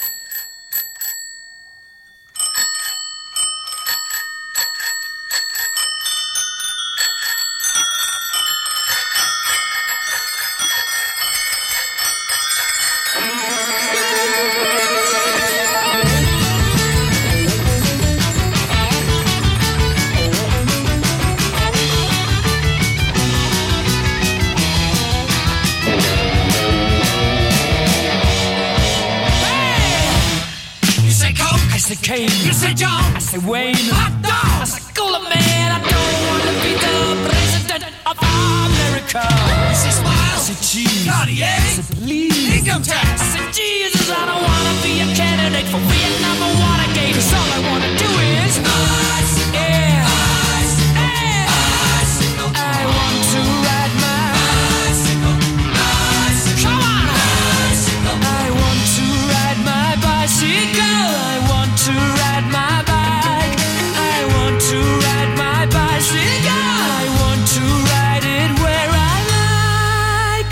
You say Coke, I say Kane. You say John, I say Wayne. Hot dog, I say Cooler Man. I don't wanna be the president of America. You say Smile, I say Cheese. Cartier, I say Please. Income tax, I say Jesus. I don't wanna be a candidate for Vietnam or Watergate. 'Cause all I wanna do is bicycle, yeah, bicycle, yeah. Bicycle. I want to ride my bicycle, bicycle. Come on, bicycle. I want to ride my bicycle. I want to ride my bike. I want to ride my bicycle. I want to ride it where I like.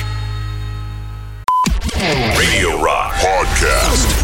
Radio Rock Podcast.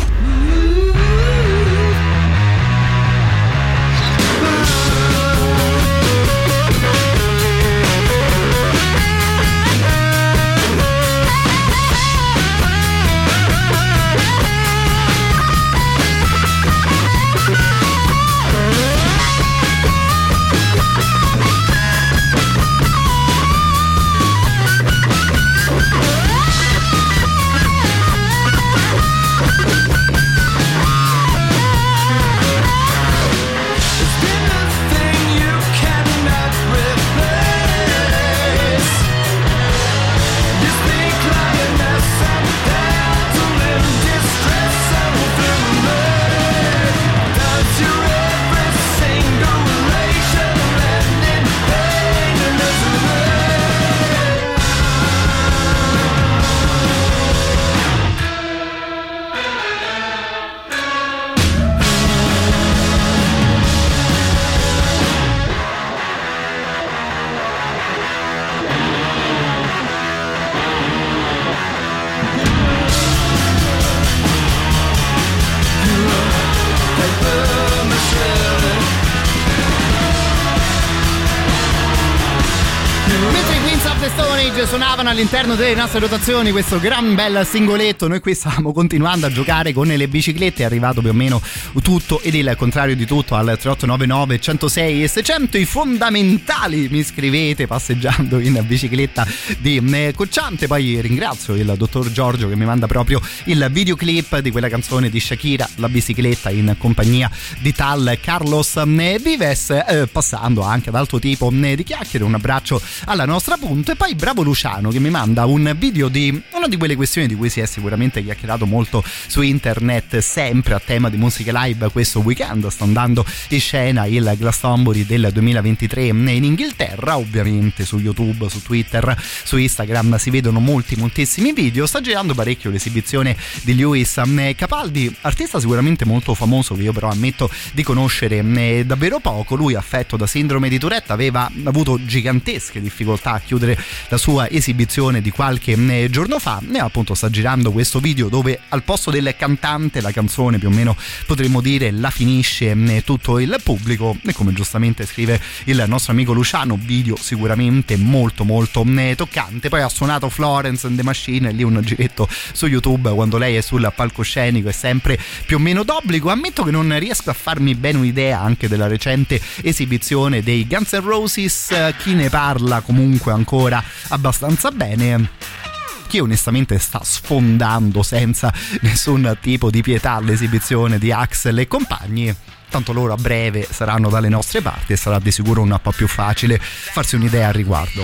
Suonavano all'interno delle nostre rotazioni questo gran bel singoletto. Noi qui stavamo continuando a giocare con le biciclette. È arrivato più o meno tutto ed il contrario di tutto al tre otto nove nove centosei e seicento. I fondamentali mi scrivete passeggiando in bicicletta di Cocciante. Poi ringrazio il dottor Giorgio che mi manda proprio il videoclip di quella canzone di Shakira, La bicicletta, in compagnia di tal Carlos Vives, eh, passando anche ad altro tipo di chiacchiere. Un abbraccio alla nostra punta. E poi poi bravo Luciano che mi manda un video di una di quelle questioni di cui si è sicuramente chiacchierato molto su internet, sempre a tema di musica live. Questo weekend sta andando in scena il Glastonbury del duemilaventitré in Inghilterra, ovviamente su YouTube, su Twitter, su Instagram si vedono molti moltissimi video. Sta girando parecchio l'esibizione di Lewis Capaldi, artista sicuramente molto famoso che io però ammetto di conoscere davvero poco. Lui, affetto da sindrome di Tourette, aveva avuto gigantesche difficoltà a chiudere la sua esibizione di qualche giorno fa e appunto sta girando questo video dove al posto del cantante la canzone più o meno potremmo dire la finisce tutto il pubblico, e come giustamente scrive il nostro amico Luciano, video sicuramente molto molto toccante. Poi ha suonato Florence and the Machine, e lì un giretto su YouTube quando lei è sul palcoscenico è sempre più o meno d'obbligo. Ammetto che non riesco a farmi bene un'idea anche della recente esibizione dei Guns N' Roses, chi ne parla comunque ancora abbastanza bene, che onestamente sta sfondando senza nessun tipo di pietà l'esibizione di Axel e compagni. Tanto loro a breve saranno dalle nostre parti e sarà di sicuro un po' più facile farsi un'idea al riguardo.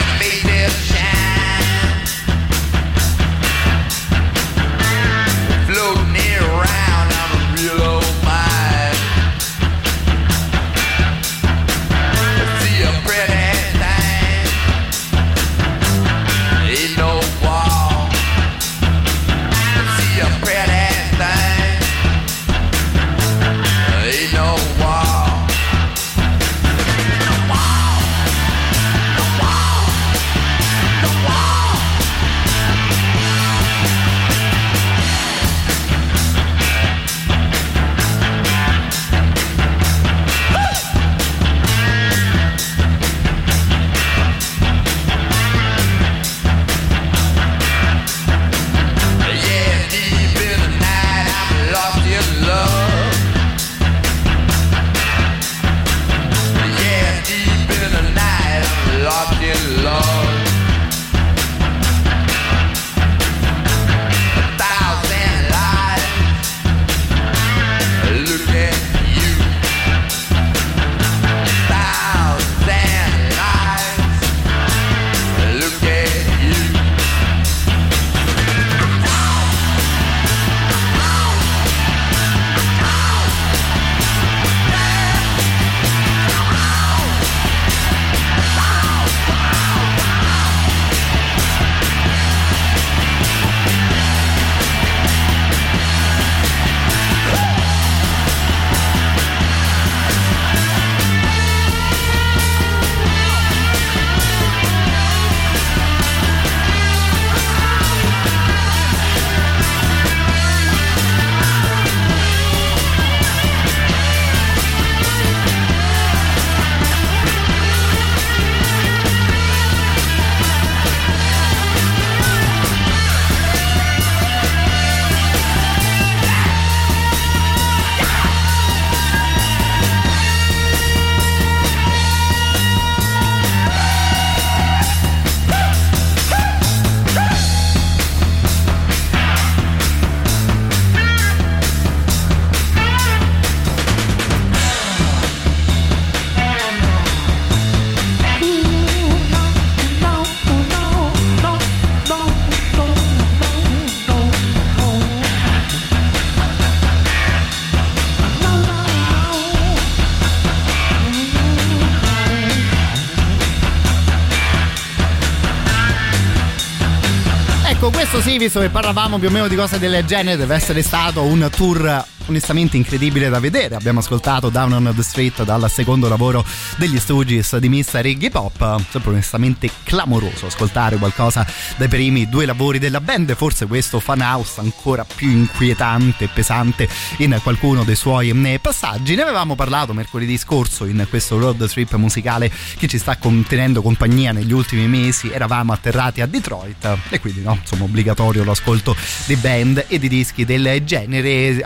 Questo sì, visto che parlavamo più o meno di cose del genere, deve essere stato un tour onestamente incredibile da vedere. Abbiamo ascoltato Down on the Street dal secondo lavoro degli Stooges di mister Iggy Pop, sempre onestamente clamoroso ascoltare qualcosa dai primi due lavori della band, forse questo Fan House ancora più inquietante e pesante in qualcuno dei suoi passaggi. Ne avevamo parlato mercoledì scorso in questo road trip musicale che ci sta tenendo compagnia negli ultimi mesi. Eravamo atterrati a Detroit e quindi no, insomma obbligatorio l'ascolto di band e di dischi del genere. Avremo la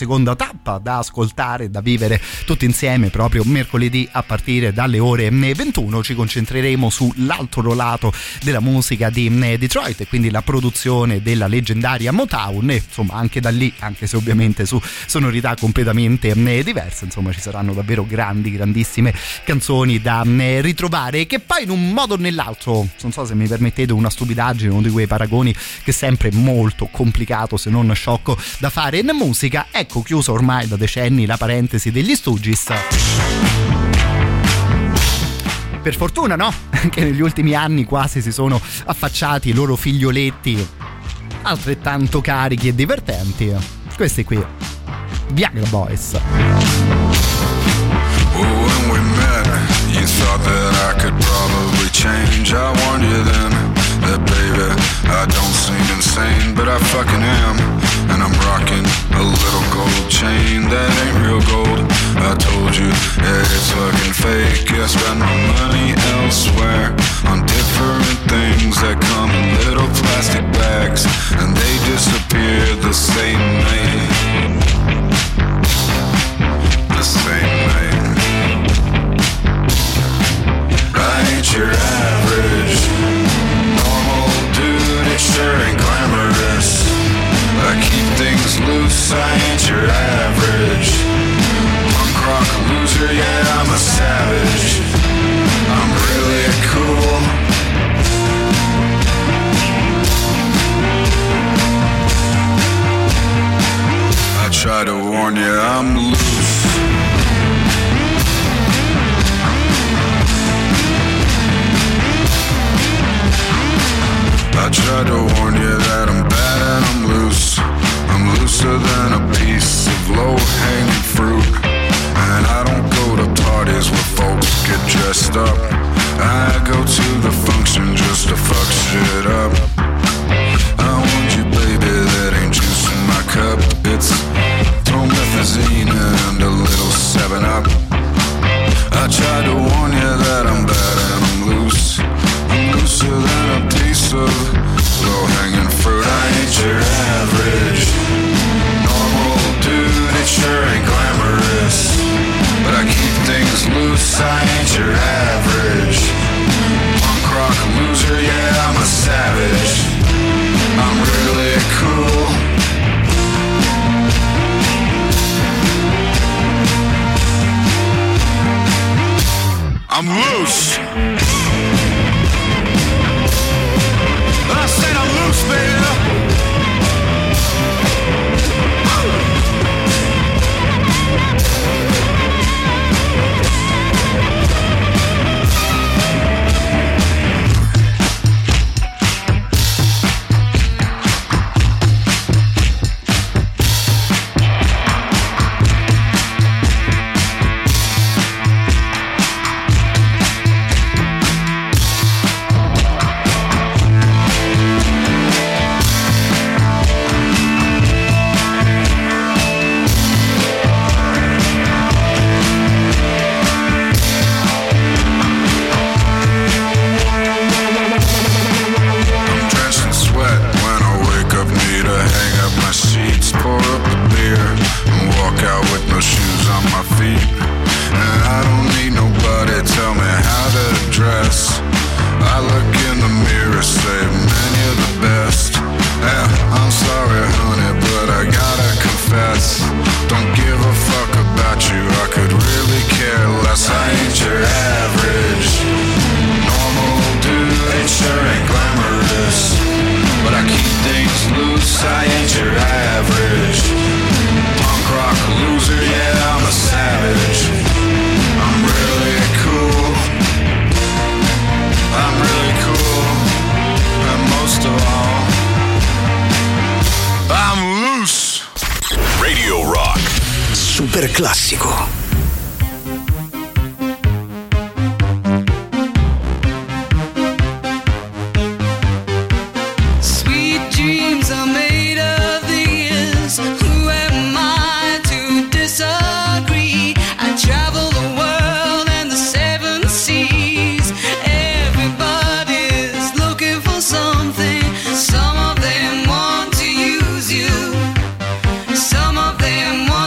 seconda tappa da ascoltare, da vivere tutti insieme proprio mercoledì a partire dalle ore ventuno. Ci concentreremo sull'altro lato della musica di Detroit e quindi la produzione della leggendaria Motown e insomma anche da lì, anche se ovviamente su sonorità completamente diverse, insomma ci saranno davvero grandi, grandissime canzoni da ritrovare, che poi in un modo o nell'altro, non so se mi permettete una stupidaggine, uno di quei paragoni che è sempre molto complicato se non sciocco da fare in musica, ecco, chiusa ormai da decenni la parentesi degli Stooges. Per fortuna, no? Anche negli ultimi anni quasi si sono affacciati i loro figlioletti altrettanto carichi e divertenti. Questi qui, Viagra Boys. Well, when we met, you thought that I could probably change. I warned you then that, baby, I don't seem insane, but I fucking am. And I'm rocking a little gold chain that ain't real gold. I told you that it's fucking fake. I spend my money elsewhere on different things that come in little plastic bags, and they disappear the same night. The same night. I ain't your average normal dude, it sure ain't glamorous. I keep things loose, I ain't your average punk rock loser, yeah, I'm a savage. I'm really cool. I try to warn you, I'm loose. I tried to warn you that I'm bad and I'm loose. I'm looser than a piece of low-hanging fruit. And I don't go to parties where folks get dressed up. I go to the function just to fuck shit up. I want you, baby, that ain't juice in my cup. It's promethazine and a little seven up. I tried to warn you that I'm bad and I'm loose. I'm looser than a piece of low-hanging fruit. I ain't your average normal dude, it sure ain't glamorous, but I keep things loose. I ain't your average punk rock loser, yeah, I'm a savage. I'm really cool. I'm loose. I said I'm loose, baby. Classico. Some of them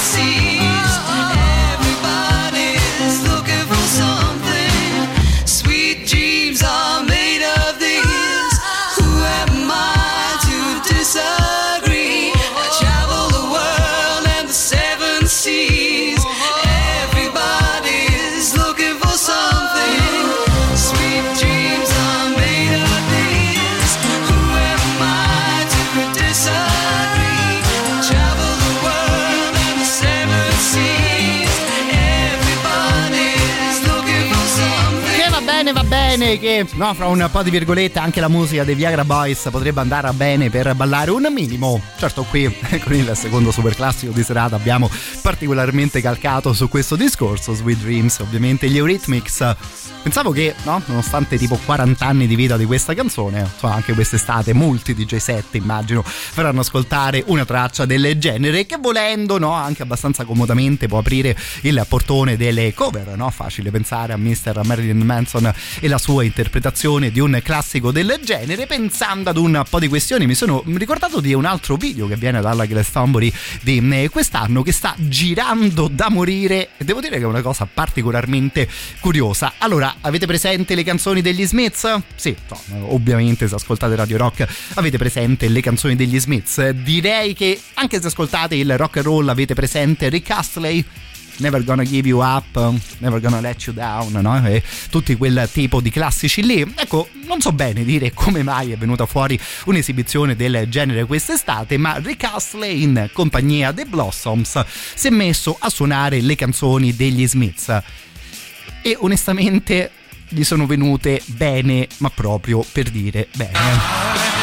seas. Everybody's looking for something. Sweet dreams are made of these. Who am I to disagree? I travel the world and the seven seas. Everybody's looking for something. Sweet dreams are made of these. Who am I to disagree? Travel the world and the seven seas. Everybody's looking for something. Che va bene, va bene, che no, fra un po' di virgolette anche la musica dei Viagra Boys potrebbe andare bene per ballare un minimo. Certo, qui con il secondo super classico di serata abbiamo particolarmente calcato su questo discorso. Sweet Dreams, ovviamente gli Eurythmics. Pensavo che, no, nonostante tipo quaranta anni di vita di questa canzone, insomma, anche quest'estate molti D J set, immagino, faranno ascoltare una traccia del genere, che volendo, no, anche abbastanza comodamente può aprire il portone delle cover, no? Facile pensare a mister Marilyn Manson e la sua interpretazione di un classico del genere. Pensando ad un po' di questioni, mi sono ricordato di un altro video che viene dalla Glastonbury di quest'anno, che sta girando da morire, e devo dire che è una cosa particolarmente curiosa. Allora, avete presente le canzoni degli Smiths? Sì, no, ovviamente se ascoltate Radio Rock avete presente le canzoni degli Smiths. Direi che anche se ascoltate il rock and roll avete presente Rick Astley, Never Gonna Give You Up, Never Gonna Let You Down, no? E tutti quel tipo di classici lì. Ecco, non so bene dire come mai è venuta fuori un'esibizione del genere quest'estate, ma Rick Astley in compagnia dei Blossoms si è messo a suonare le canzoni degli Smiths e onestamente gli sono venute bene, ma proprio per dire bene.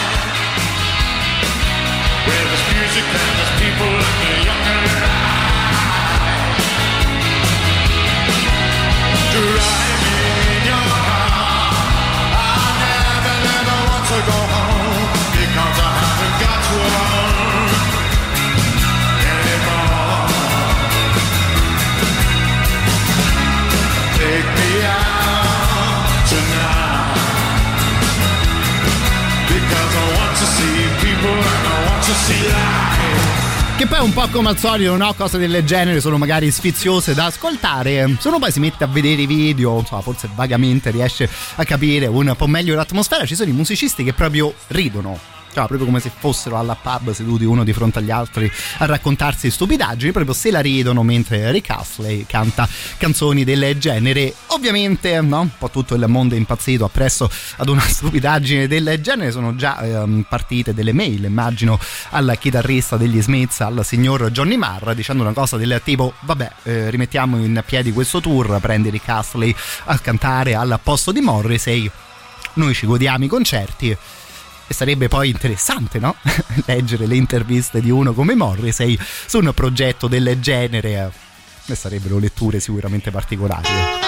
Che poi un po' come al solito, no? Cose del genere sono magari sfiziose da ascoltare. Se uno poi si mette a vedere i video, insomma, forse vagamente riesce a capire un po' meglio l'atmosfera. Ci sono i musicisti che proprio ridono, cioè proprio come se fossero alla pub seduti uno di fronte agli altri a raccontarsi stupidaggini, proprio se la ridono mentre Rick Astley canta canzoni del genere. Ovviamente, no, un po' tutto il mondo è impazzito appresso ad una stupidaggine del genere. Sono già ehm, partite delle mail, immagino, al chitarrista degli Smiths, al signor Johnny Marr, dicendo una cosa del tipo: vabbè, eh, rimettiamo in piedi questo tour, prendi Rick Astley a cantare al posto di Morrissey, noi ci godiamo i concerti. E sarebbe poi interessante, no? Leggere le interviste di uno come Morrissey su un progetto del genere. E sarebbero letture sicuramente particolari.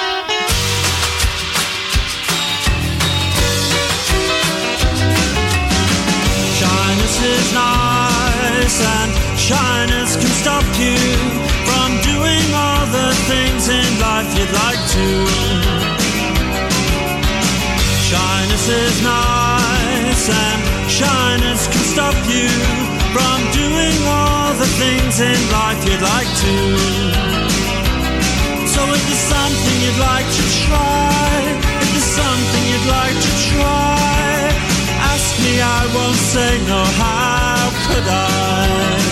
Shyness is nice and shyness can stop you from doing all the things in life you'd like to. Shyness is nice and shyness can stop you from doing all the things in life you'd like to. So if there's something you'd like to try, if there's something you'd like to try, ask me, I won't say no, how could I?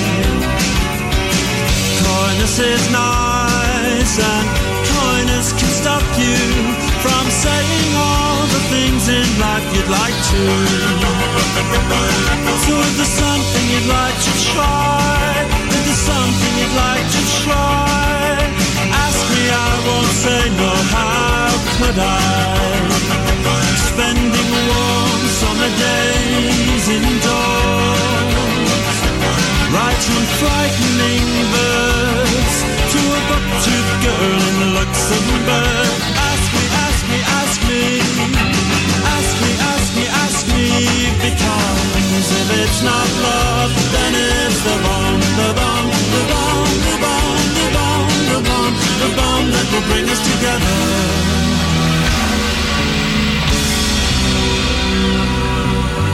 Coyness is nice and coyness can stop you from saying all the things in life you'd like to. So if there's something you'd like to try, if there's something you'd like to try, ask me, I won't say no, how could I? Spending warm summer days indoors, writing frightening verse to a buck-toothed girl in Luxembourg. Ask me, ask me, ask me, ask me, ask me, ask me, because if it's not love, then it's the bomb, the bomb, the bomb, the bomb, the bomb, the bomb, the bomb that will bring us together.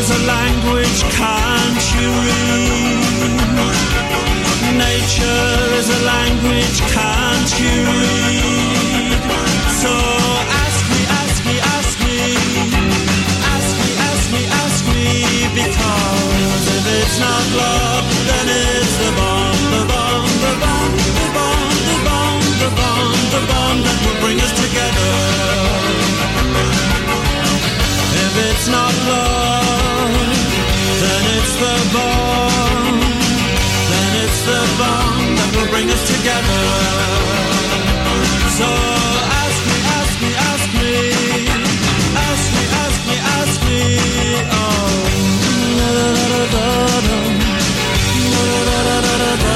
is a language, can't you read? Nature is a language, can't you read? So ask me, ask me, ask me, ask me, ask me, ask me, because if it's not love, then it's the bond, the bond, the bond, the bond, the bond, the bond, the bond that will bring us together. If it's not love, then it's the bond, then it's the bond that will bring us together. So ask me, ask me, ask me, ask me, ask me, ask me, oh. Da-da-da-da-da, da-da-da-da-da-da,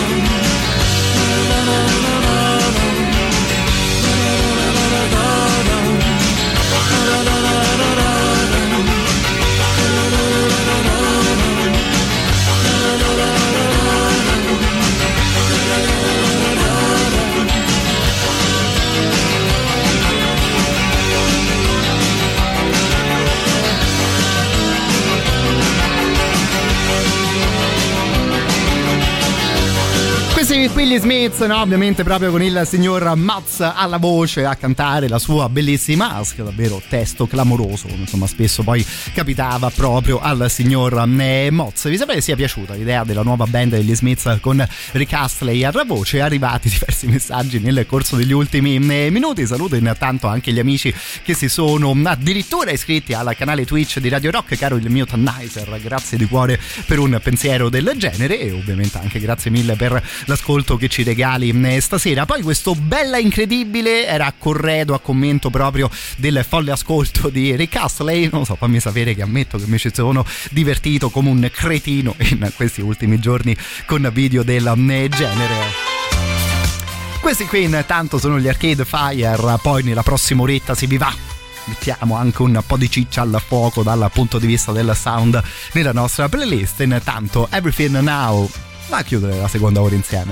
qui gli Smiths, no? Ovviamente proprio con il signor Mozz alla voce a cantare la sua bellissima Ask, davvero testo clamoroso, insomma spesso poi capitava proprio al signor Mozz. Vi sembra che sia piaciuta l'idea della nuova band degli Smiths con Rick Astley alla voce? Arrivati diversi messaggi nel corso degli ultimi minuti. Saluto intanto anche gli amici che si sono addirittura iscritti al canale Twitch di Radio Rock. Caro il mio Tanniser, grazie di cuore per un pensiero del genere, e ovviamente anche grazie mille per l'ascolto che ci regali stasera. Poi questo bella incredibile era a corredo a commento proprio del folle ascolto di Rick Astley. Non so, fammi sapere che ammetto che mi ci sono divertito come un cretino in questi ultimi giorni con video del genere. Questi qui intanto sono gli Arcade Fire, poi nella prossima oretta si vi va, mettiamo anche un po' di ciccia al fuoco dal punto di vista del sound nella nostra playlist. Intanto Everything Now va a chiudere la seconda ora insieme.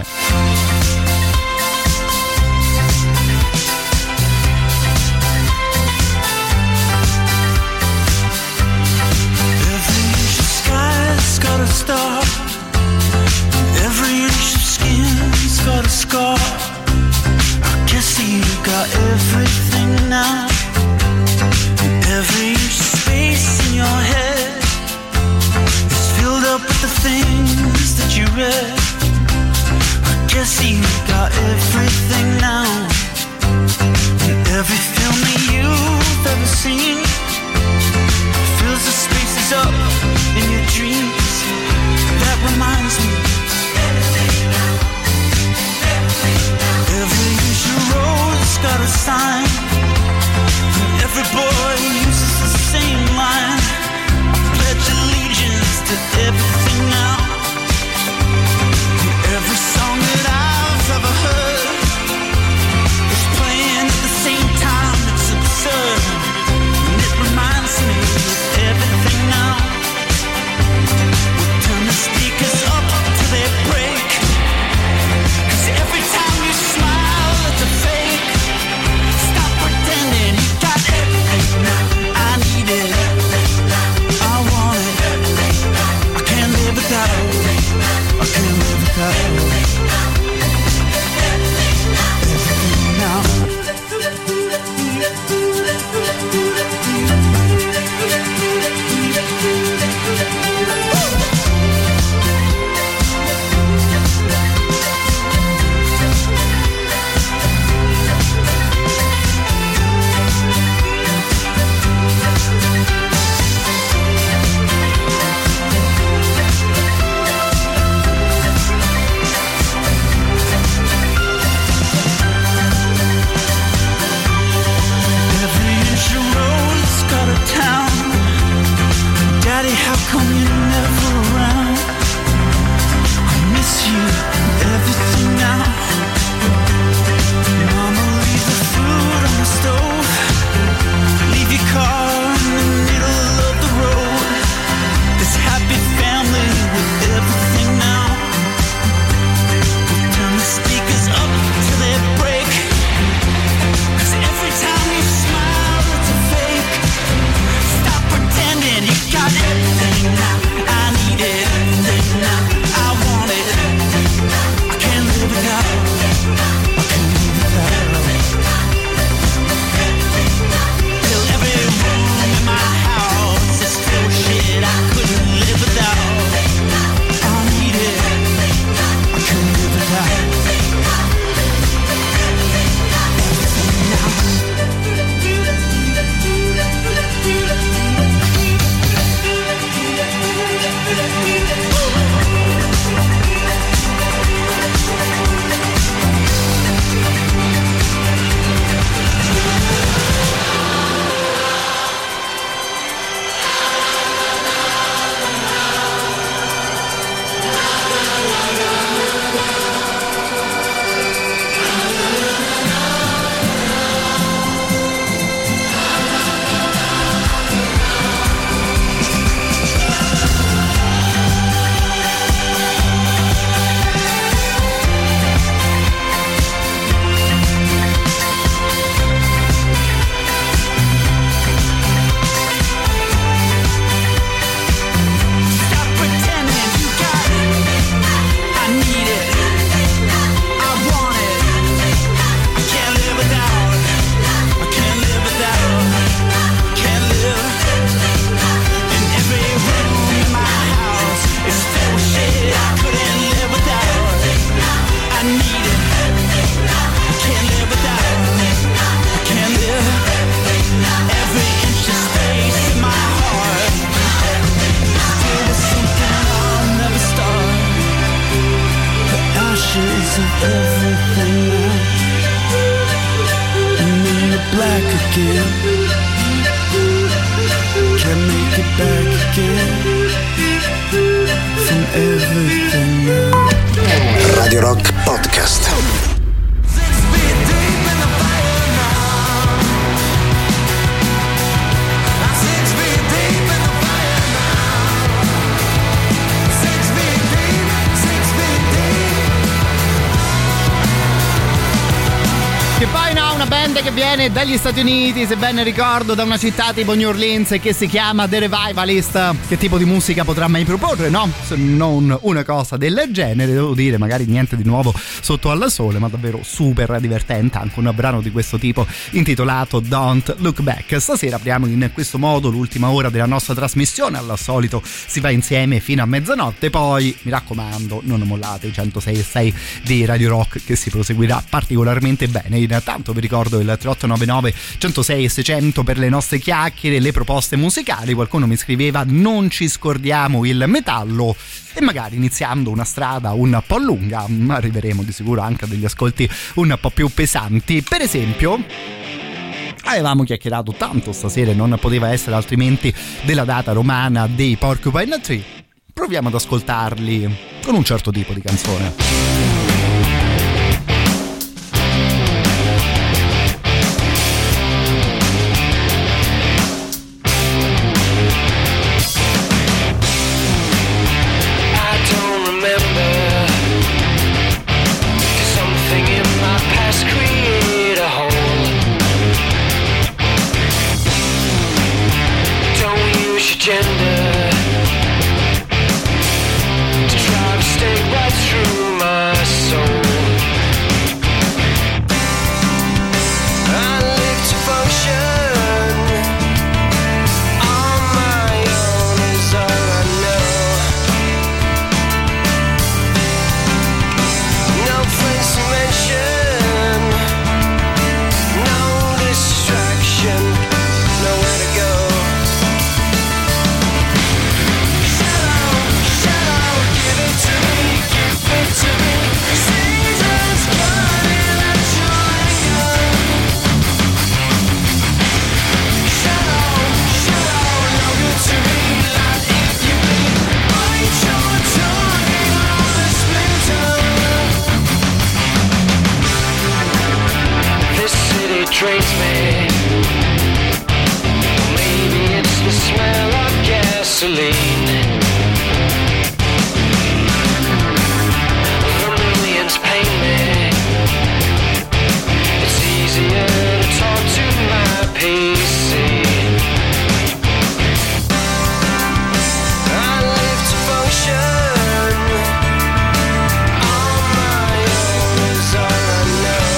Got a star, every inch of skin's got a scar. I guess you got everything now. Every inch of space in your head is filled up with the things that you read. I guess you got everything now. And every film that you've ever seen fills the spaces up in your dreams. That reminds me, every inch of road's got a sign, and every boy uses the same line. I pledge allegiance to everything now. And every song that I've ever heard is playing at the same time. It's absurd, and it reminds me of everything now. Speakers up till they break, 'cause every time you smile it's a fake. Stop pretending you got everything now. I need it, I want it, I can't live without it, I can't live without it. Everything now. Daddy, how come you're never around? I miss you and everything now. Mama, leave the food on the stove, leave your car in the middle of the road. This happy family with everything now. We'll turn the speakers up till they break, 'cause every time you smile it's a fake. Stop pretending you got it. again. Can't make it back again from everything now. Radio Rock Podcast. Che poi no, una band che viene dagli Stati Uniti, se ben ricordo, da una città tipo New Orleans e che si chiama The Revivalist. Che tipo di musica potrà mai proporre, no? Se non una cosa del genere, devo dire, magari niente di nuovo sotto al sole, ma davvero super divertente, anche un brano di questo tipo intitolato Don't Look Back. Stasera apriamo in questo modo l'ultima ora della nostra trasmissione, al solito si va insieme fino a mezzanotte, poi mi raccomando non mollate i centosei e sei di Radio Rock, che si proseguirà particolarmente bene. Intanto vi ricordo il tre otto nove nove centosei e seicento per le nostre chiacchiere, le proposte musicali. Qualcuno mi scriveva non ci scordiamo il metallo, e magari iniziando una strada un po' lunga arriveremo di sicuro anche a degli ascolti un po' più pesanti. Per esempio avevamo chiacchierato tanto stasera e non poteva essere altrimenti della data romana dei Porcupine Tree. Proviamo ad ascoltarli con un certo tipo di canzone. Gender to try to stay right through my soul. I live to function on my own is all I know. No friends to mention, no distraction, nowhere to go. Trains me. Maybe it's the smell of gasoline. The millions pain me. It's easier to talk to my P C. I live to function on my own is all I know.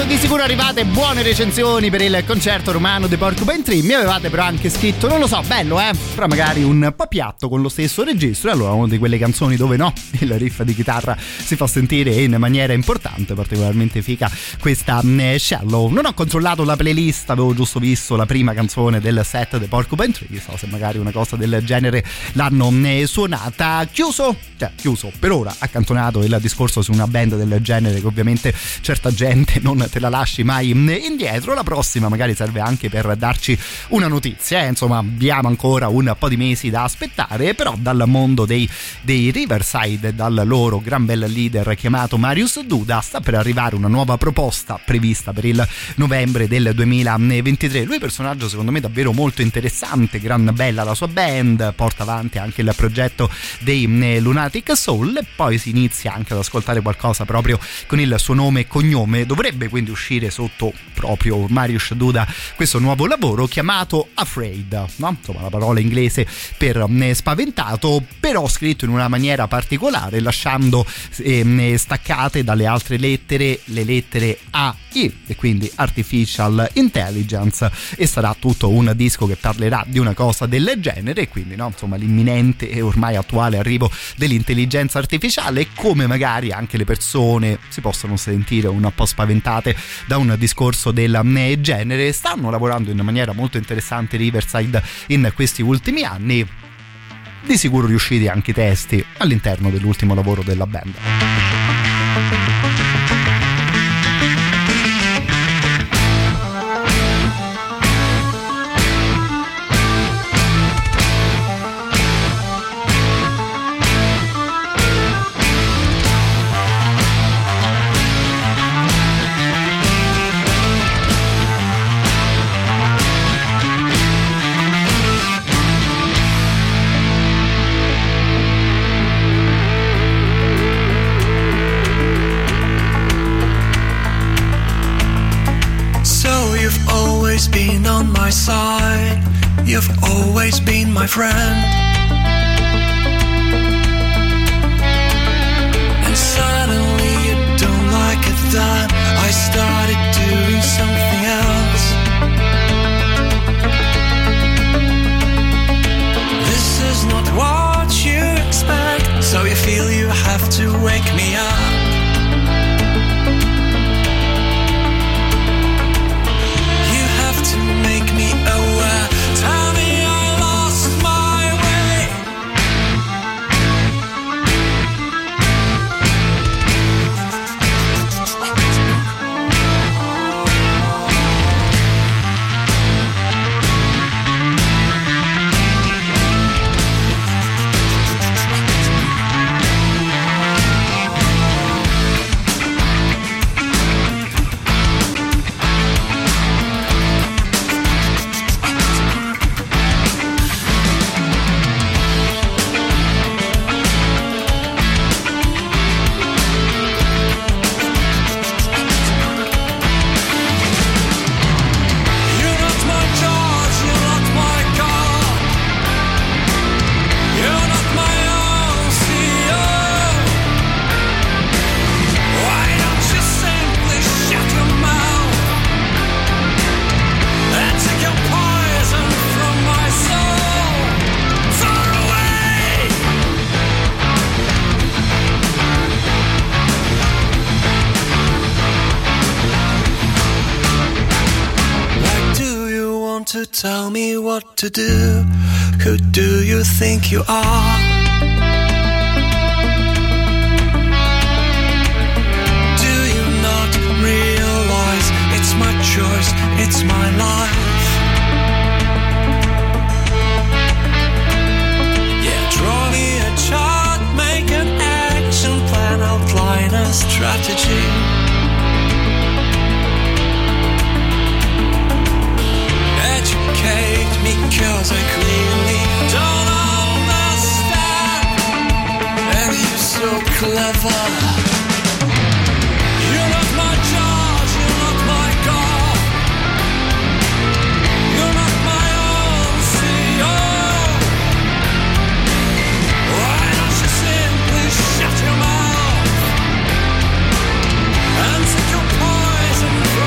di sicuro arrivate buone recensioni per il concerto romano dei Porcupine Tree. Mi avevate però anche scritto, non lo so, bello eh, però magari un po' piatto con lo stesso registro. E allora una di quelle canzoni dove no, il riff di chitarra si fa sentire in maniera importante, particolarmente figa questa um, Shallow. Non ho controllato la playlist, avevo giusto visto la prima canzone del set dei Porcupine Tree, so se magari una cosa del genere l'hanno um, suonata. Chiuso, cioè chiuso per ora, accantonato il discorso su una band del genere che ovviamente certa gente non te la lasci mai indietro. La prossima magari serve anche per darci una notizia, eh? Insomma abbiamo ancora un po' di mesi da aspettare, però dal mondo dei, dei Riverside, dal loro gran bel leader chiamato Marius Duda, sta per arrivare una nuova proposta prevista per il novembre del duemilaventitré. Lui è un personaggio secondo me davvero molto interessante, gran bella la sua band, porta avanti anche il progetto dei Lunatic Soul e poi si inizia anche ad ascoltare qualcosa proprio con il suo nome e cognome. Dovrebbe quindi uscire sotto proprio Marius Duda questo nuovo lavoro chiamato Afraid, no? Insomma la parola inglese per eh, spaventato, però scritto in una maniera particolare, lasciando eh, staccate dalle altre lettere le lettere A I e quindi Artificial Intelligence, e sarà tutto un disco che parlerà di una cosa del genere, e quindi no, insomma l'imminente e ormai attuale arrivo dell'intelligenza artificiale e come magari anche le persone si possono sentire un po' spaventate da un discorso del genere. Stanno lavorando in maniera molto interessante Riverside in questi ultimi anni, di sicuro riusciti anche i testi all'interno dell'ultimo lavoro della band. Been on my side, you've always been my friend, and suddenly you don't like it that I started doing something else. This is not what you expect, so you feel you have to wake me up. Make me aware, tell me I lost my way. To tell me what to do, who do you think you are? Do you not realize it's my choice, it's my life? Yeah, draw me a chart, make an action plan, outline a strategy. Educate me, cause I clearly don't understand, and you're so clever. You're not my judge, you're not my God, you're not my own C E O. Why don't you simply shut your mouth and take your poison from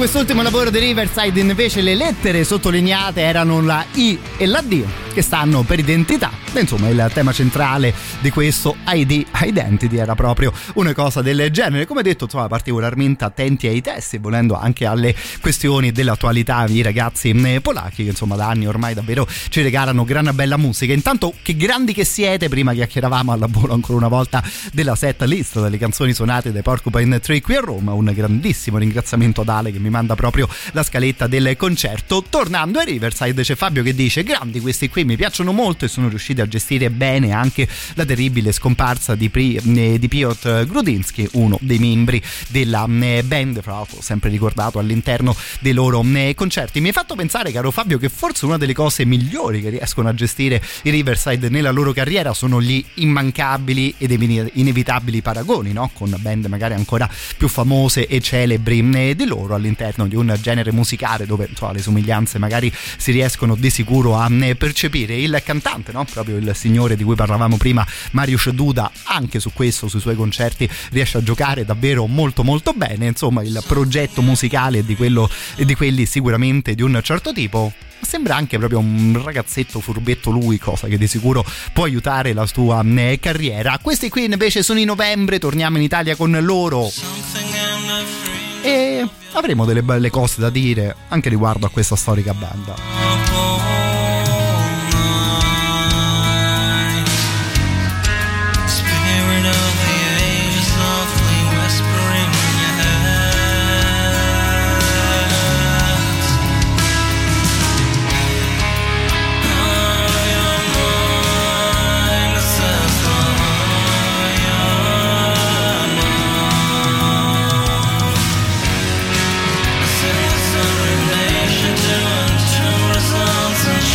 quest'ultimo lavoro di Riverside invece le lettere sottolineate erano la I e la D, che stanno per identità. E insomma il tema centrale di questo I D, Identity, era proprio una cosa del genere. Come detto, insomma, particolarmente attenti ai testi e volendo anche alle questioni dell'attualità, i ragazzi polacchi che insomma da anni ormai davvero ci regalano gran bella musica. Intanto, che grandi che siete, prima chiacchieravamo al volo ancora una volta della set list delle canzoni suonate dai Porcupine Tree qui a Roma. Un grandissimo ringraziamento ad Ale che mi manda proprio la scaletta del concerto. Tornando a Riverside, c'è Fabio che dice: grandi questi qui, mi piacciono molto e sono riusciti a gestire bene anche la terribile scomparsa di, Pri, eh, di Piotr Grudinsky, uno dei membri della eh, band, fra l'altro sempre ricordato all'interno dei loro eh, concerti. Mi hai fatto pensare, caro Fabio, che forse una delle cose migliori che riescono a gestire i Riverside nella loro carriera sono gli immancabili ed inevitabili paragoni, no? Con band magari ancora più famose e celebri eh, di loro all'interno di un genere musicale dove insomma, le somiglianze magari si riescono di sicuro a eh, percepire. Il cantante, no? Proprio il signore di cui parlavamo prima, Mariusz Duda, anche su questo, sui suoi concerti riesce a giocare davvero molto molto bene. Insomma, il progetto musicale è di quello e di quelli sicuramente di un certo tipo. Sembra anche proprio un ragazzetto furbetto lui, cosa che di sicuro può aiutare la sua eh, carriera. Questi qui invece sono in novembre, torniamo in Italia con loro e avremo delle belle cose da dire anche riguardo a questa storica banda. Sunshine.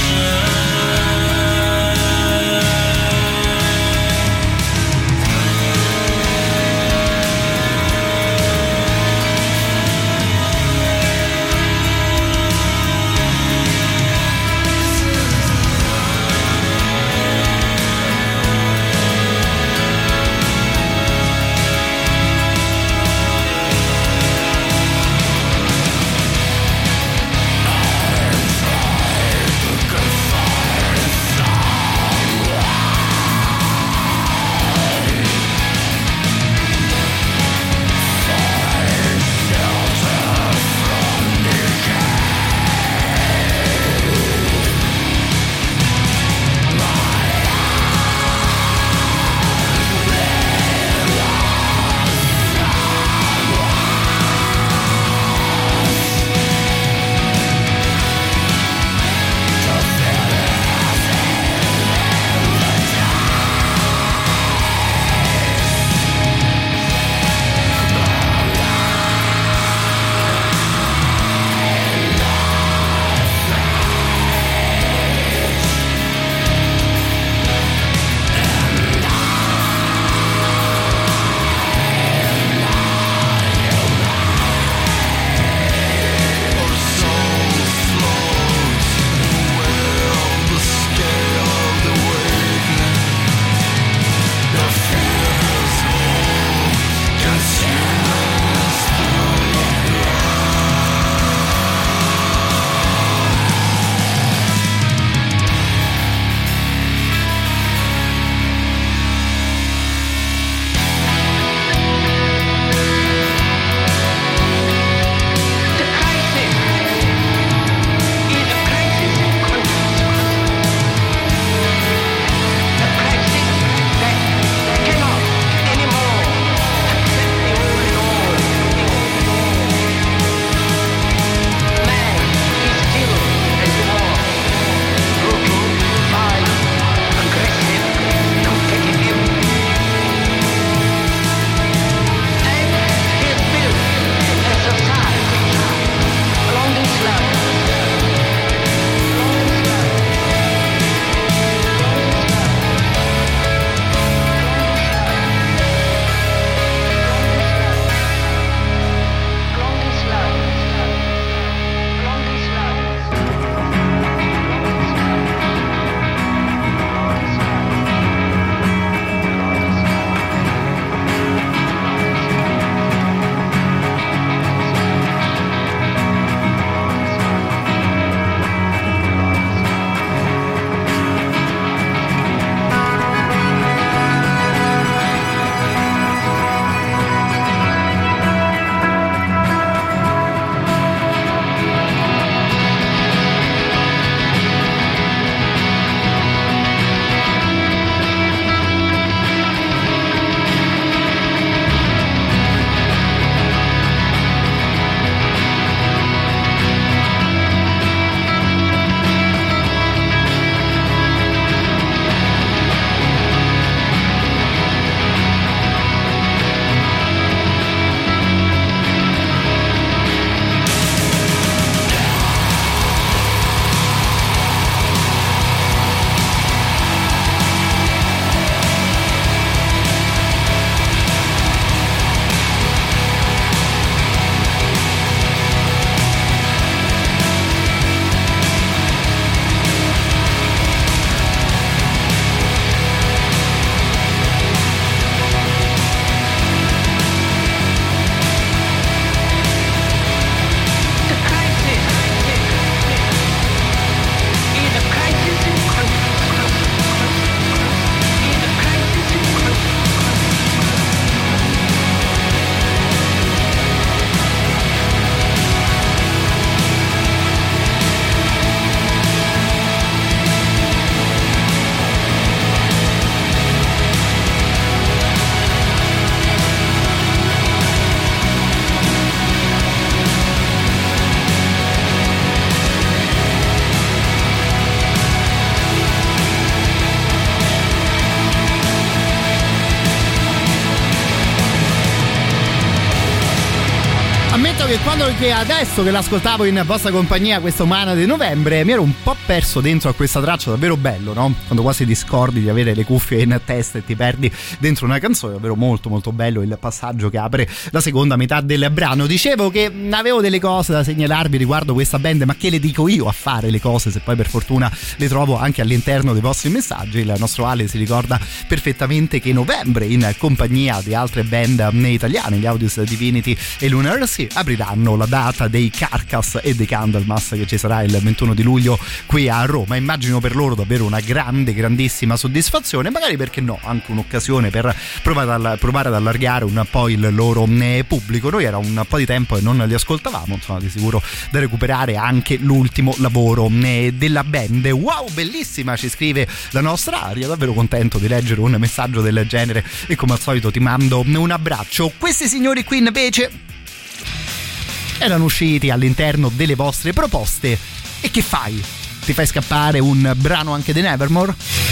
che quando che adesso che l'ascoltavo in vostra compagnia questo Mana di novembre mi ero un po' perso dentro a questa traccia, davvero bello, no? Quando quasi ti scordi di avere le cuffie in testa e ti perdi dentro una canzone, davvero molto molto bello il passaggio che apre la seconda metà del brano. Dicevo che avevo delle cose da segnalarvi riguardo questa band, ma che le dico io a fare le cose, se poi per fortuna le trovo anche all'interno dei vostri messaggi. Il nostro Ale si ricorda perfettamente che novembre, in compagnia di altre band italiane, gli Audius Divinity e Lunar Sea, apriranno la data dei Carcass e dei Candlemas, che ci sarà il ventuno di luglio qui a Roma. Immagino per loro davvero una grande grandissima soddisfazione, magari perché no anche un'occasione per provare, a, provare ad allargare un po' il loro eh, pubblico. Noi era un po' di tempo e non li ascoltavamo, insomma di sicuro da recuperare anche l'ultimo lavoro eh, della band. Wow, bellissima, ci scrive la nostra Aria, davvero contento di leggere un messaggio del genere e come al solito ti mando un abbraccio. Questi signori qui invece erano usciti all'interno delle vostre proposte. E che fai? Ti fai scappare un brano anche di Nevermore?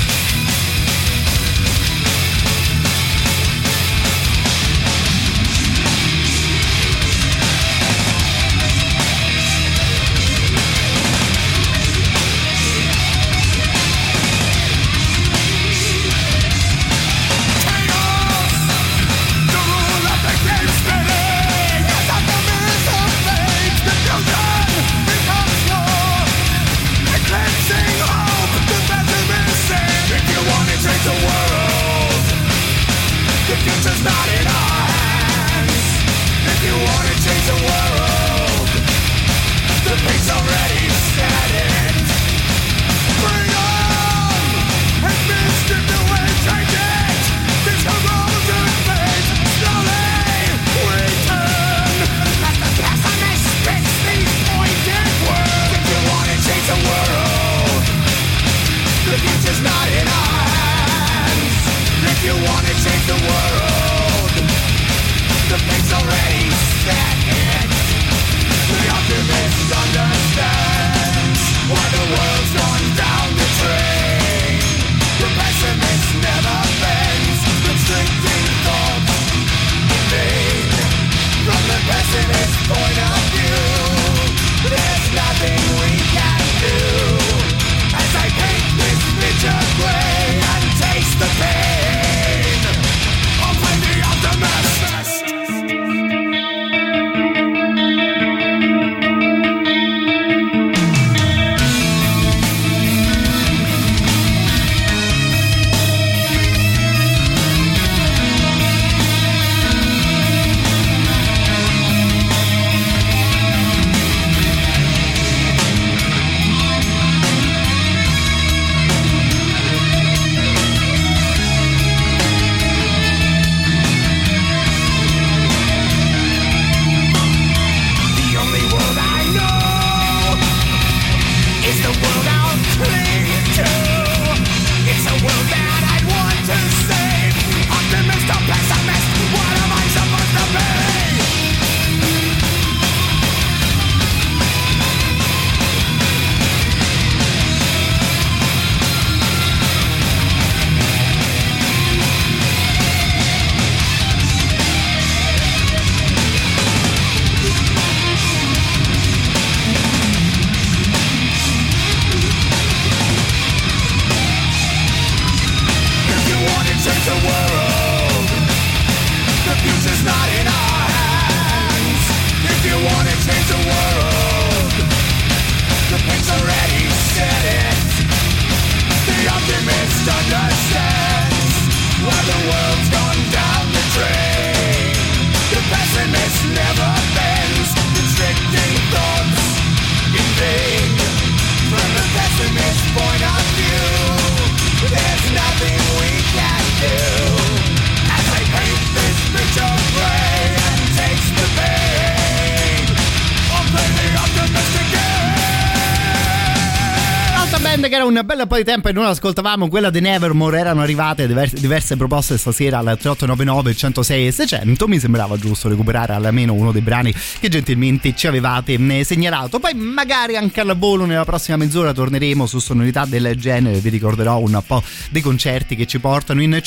Che era un bel po' di tempo e non ascoltavamo quella di Nevermore. Erano arrivate diverse, diverse proposte stasera al tre otto nove nove centosei e seicento. Mi sembrava giusto recuperare almeno uno dei brani che gentilmente ci avevate segnalato. Poi magari anche al volo nella prossima mezz'ora torneremo su sonorità del genere. Vi ricorderò un po' dei concerti che ci portano in città.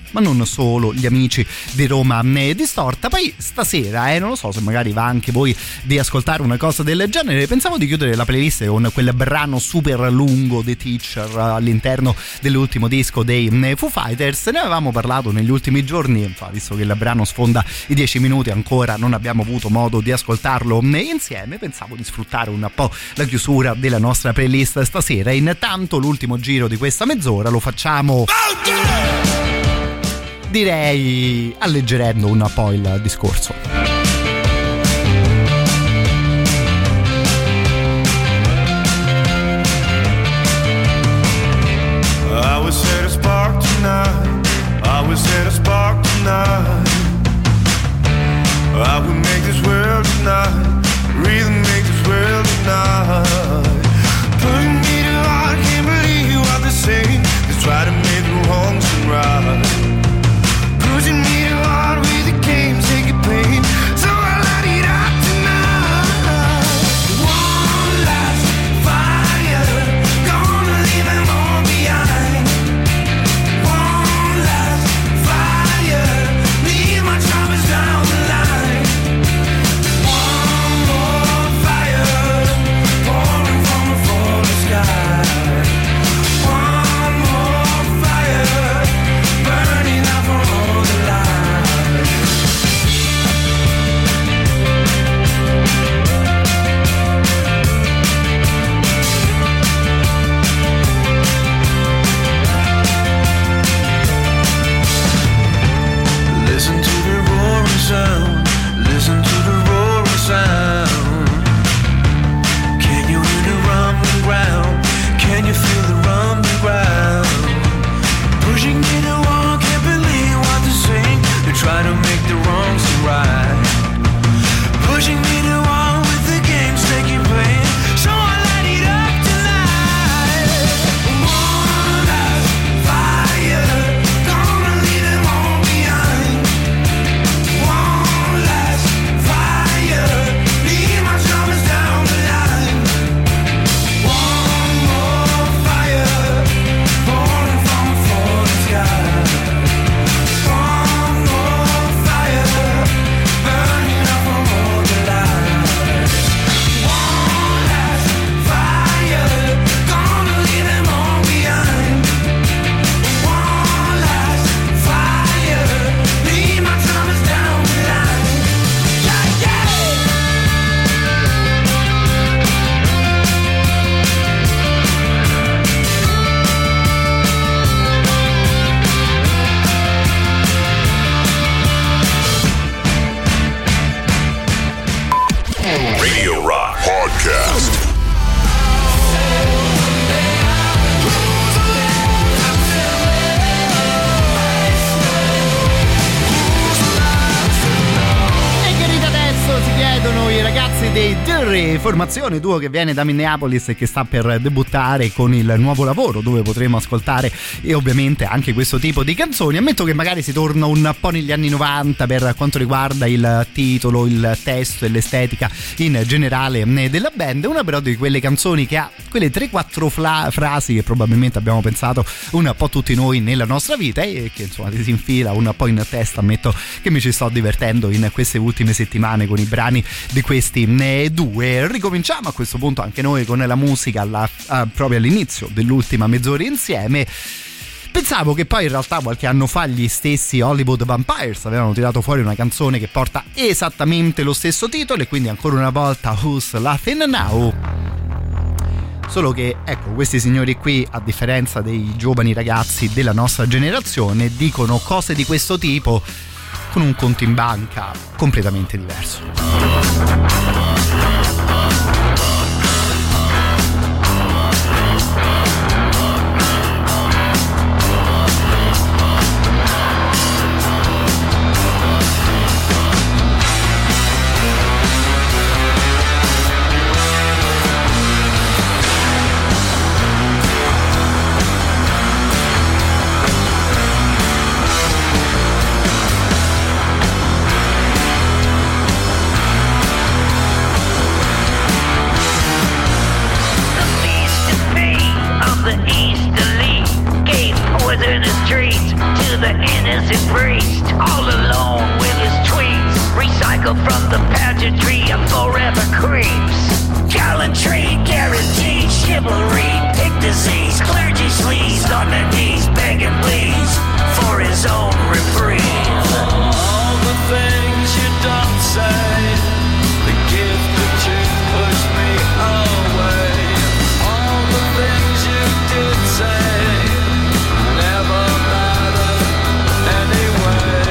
ma non solo gli amici di Roma Distorta. Poi stasera, eh, non lo so se magari va anche voi di ascoltare una cosa del genere, pensavo di chiudere la playlist con quel brano super lungo The Teacher all'interno dell'ultimo disco dei Foo Fighters. Ne avevamo parlato negli ultimi giorni, visto che il brano sfonda i dieci minuti, ancora non abbiamo avuto modo di ascoltarlo insieme, pensavo di sfruttare un po' la chiusura della nostra playlist stasera. Intanto l'ultimo giro di questa mezz'ora lo facciamo, direi, alleggerendo un po' il discorso. I was at a spark tonight. I was at a spark tonight. I would make this world tonight. Really make this world tonight. Putting me to heart, can't believe what they're saying. They try to make the wrongs and right. Pushing me to heart with the games, take your pain. So I let it out tonight. One last fire, gonna leave them all behind. One last fire, leave my troubles down the line. One more fire, pouring from a falling sky. One more fire, burning out for all the light. Listen to the roaring sound. Listen to the roaring sound. Can you hear the rumbling ground? Can you feel the rumbling ground? Pushing me to wall, can't believe what they're saying. They try to make the wrongs right. Pushing me to wall with the games they keep playing. So I light it up tonight. One last fire, gonna leave them all behind. One last fire, leave my troubles down the line. One more fire, pouring from a falling sky. One more fire, burning up from all the lights. One last fire, gonna leave them all behind. One last fire, leave my troubles down the line. Yeah, yeah. Radio Rock Podcast. E che ride adesso, si chiedono i ragazzi dei Dirty, formazione duo che viene da Minneapolis e che sta per debuttare con il nuovo lavoro, dove potremo ascoltare e ovviamente anche questo tipo di canzoni. Ammetto che magari si torna un po' negli anni novanta per quanto riguarda il titolo, il testo e l'estetica in generale della band. Una però di quelle canzoni che ha quelle tre quattro fla- frasi che probabilmente abbiamo pensato un po' tutti noi nella nostra vita e che insomma ti si infila un po' in testa. Ammetto che mi ci sto divertendo in queste ultime settimane con i brani di questi due. Ricominciamo a questo punto anche noi con la musica alla, uh, proprio all'inizio dell'ultima mezz'ora insieme. Pensavo che poi in realtà qualche anno fa gli stessi Hollywood Vampires avevano tirato fuori una canzone che porta esattamente lo stesso titolo e quindi ancora una volta Who's Laughing Now. Solo che ecco, questi signori qui, a differenza dei giovani ragazzi della nostra generazione, dicono cose di questo tipo con un conto in banca completamente diverso. peasant priest, all alone with his tweets, recycled from the pageantry of forever creeps. Gallantry, guaranteed, chivalry, pick disease, clergy sleaze on their knees, begging please for his own reprieve. All the things you don't say, the gift that you pushed me away. All the things you did say never mattered anyway.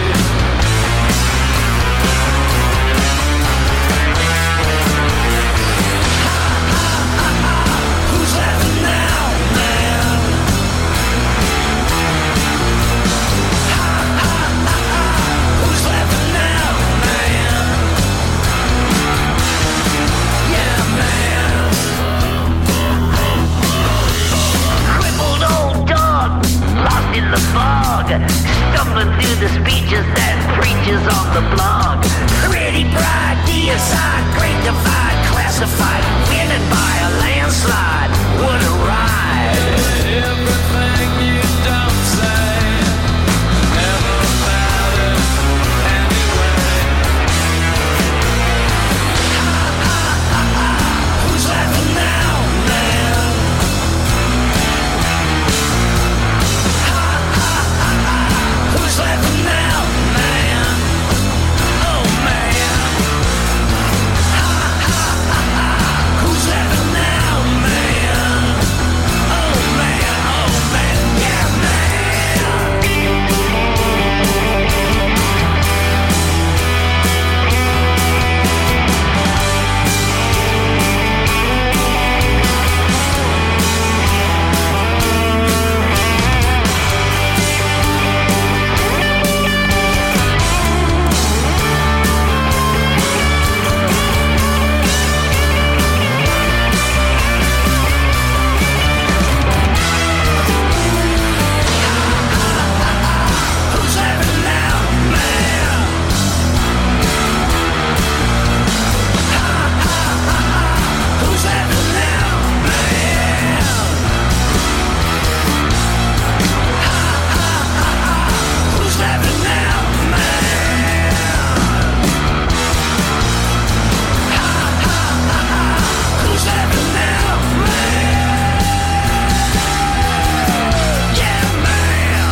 Who's laughing now, man? Who's laughing now, man? Yeah, man. Crippled old dog, lost in the fog, stumbling through the speeches that preaches on the blog. Pretty bride, D S I, great divide, classified, winning by a landslide. What a ride! Everything you don't say never mattered anyway. Who's laughing now, man? Who's laughing now, man? Oh man. Who's laughing now, man? Oh man, oh man, yeah man. Who's laughing now, man? Who's laughing now, man? Who's laughing now, man? Who's laughing now, man? Yeah, man.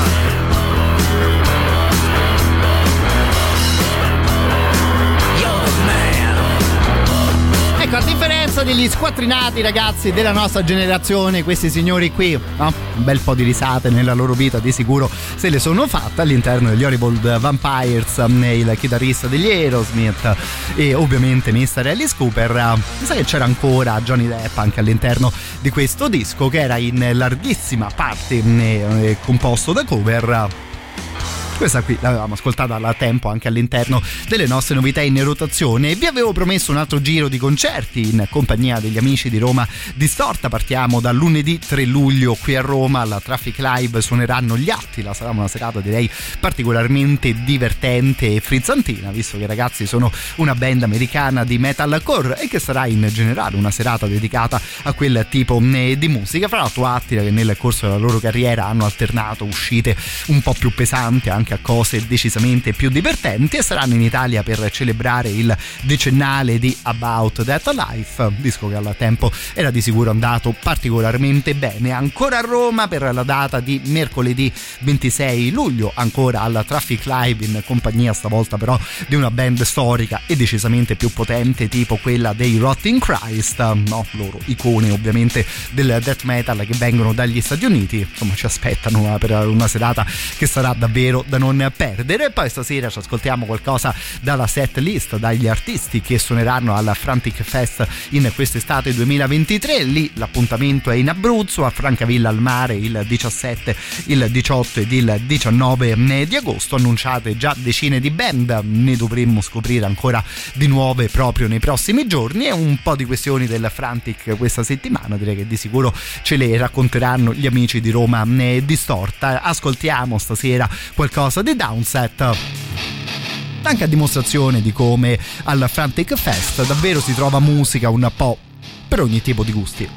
You're the man. Ecco, a differenza degli squattrinati ragazzi della nostra generazione, questi signori qui, no? Un bel po' di risate nella loro vita di sicuro se le sono fatte all'interno degli Horrible Vampires, il chitarrista degli Aerosmith e ovviamente mister Alice Cooper. Mi sa che c'era ancora Johnny Depp anche all'interno di questo disco, che era in larghissima parte eh, composto da cover. Questa qui l'avevamo ascoltata da tempo anche all'interno delle nostre novità in rotazione, e vi avevo promesso un altro giro di concerti in compagnia degli amici di Roma Distorta. Partiamo da lunedì tre luglio qui a Roma, alla Traffic Live suoneranno gli Attila. Sarà una serata direi particolarmente divertente e frizzantina, visto che i ragazzi sono una band americana di metalcore e che sarà in generale una serata dedicata a quel tipo di musica. Fra l'altro Attila, che nel corso della loro carriera hanno alternato uscite un po' più pesanti anche a cose decisamente più divertenti, e saranno in Italia per celebrare il decennale di About That Life, disco che al tempo era di sicuro andato particolarmente bene. Ancora a Roma per la data di mercoledì ventisei luglio, ancora alla Traffic Live in compagnia stavolta però di una band storica e decisamente più potente, tipo quella dei Rotting Christ, no, loro icone ovviamente del death metal che vengono dagli Stati Uniti. Insomma, ci aspettano per una serata che sarà davvero da non perdere. E poi stasera ci ascoltiamo qualcosa dalla set list, dagli artisti che suoneranno alla Frantic Fest in quest'estate duemilaventitré. Lì l'appuntamento è in Abruzzo, a Francavilla al Mare, il diciassette, il diciotto ed il diciannove di agosto. Annunciate già decine di band, ne dovremmo scoprire ancora di nuove proprio nei prossimi giorni, e un po' di questioni del Frantic questa settimana direi che di sicuro ce le racconteranno gli amici di Roma Distorta. Ascoltiamo stasera qualcosa di Downset, anche a dimostrazione di come al Frantic Fest davvero si trova musica un po' per ogni tipo di gusti.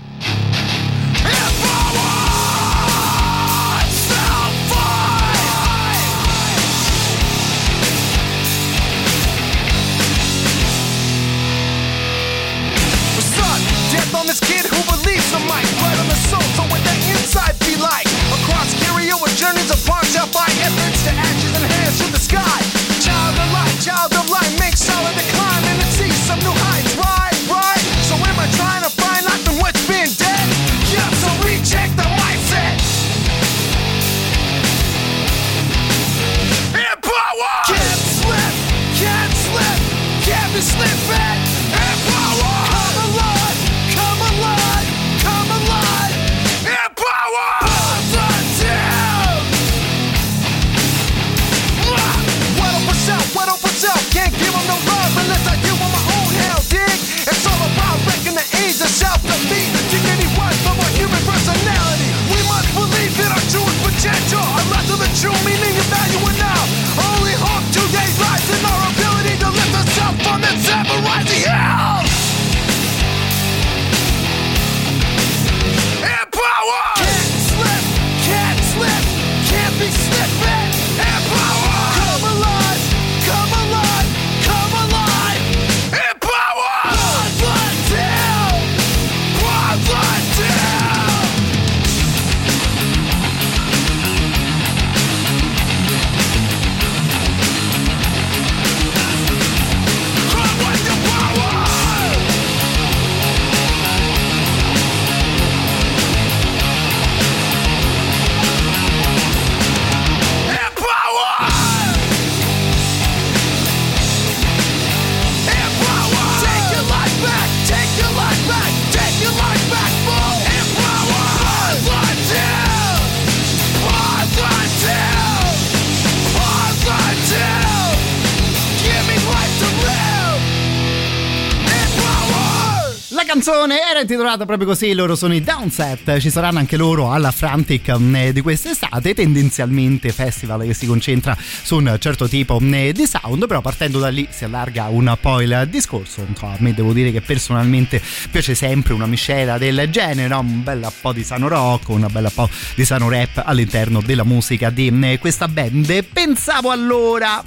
canzone era intitolata proprio così, loro sono i Downset, ci saranno anche loro alla Frantic eh, di quest'estate, tendenzialmente festival che si concentra su un certo tipo eh, di sound, però partendo da lì si allarga un po' il discorso. Insomma, a me devo dire che personalmente piace sempre una miscela del genere, no? Un bel po' di sano rock, una bella po' di sano rap all'interno della musica di eh, questa band. Pensavo allora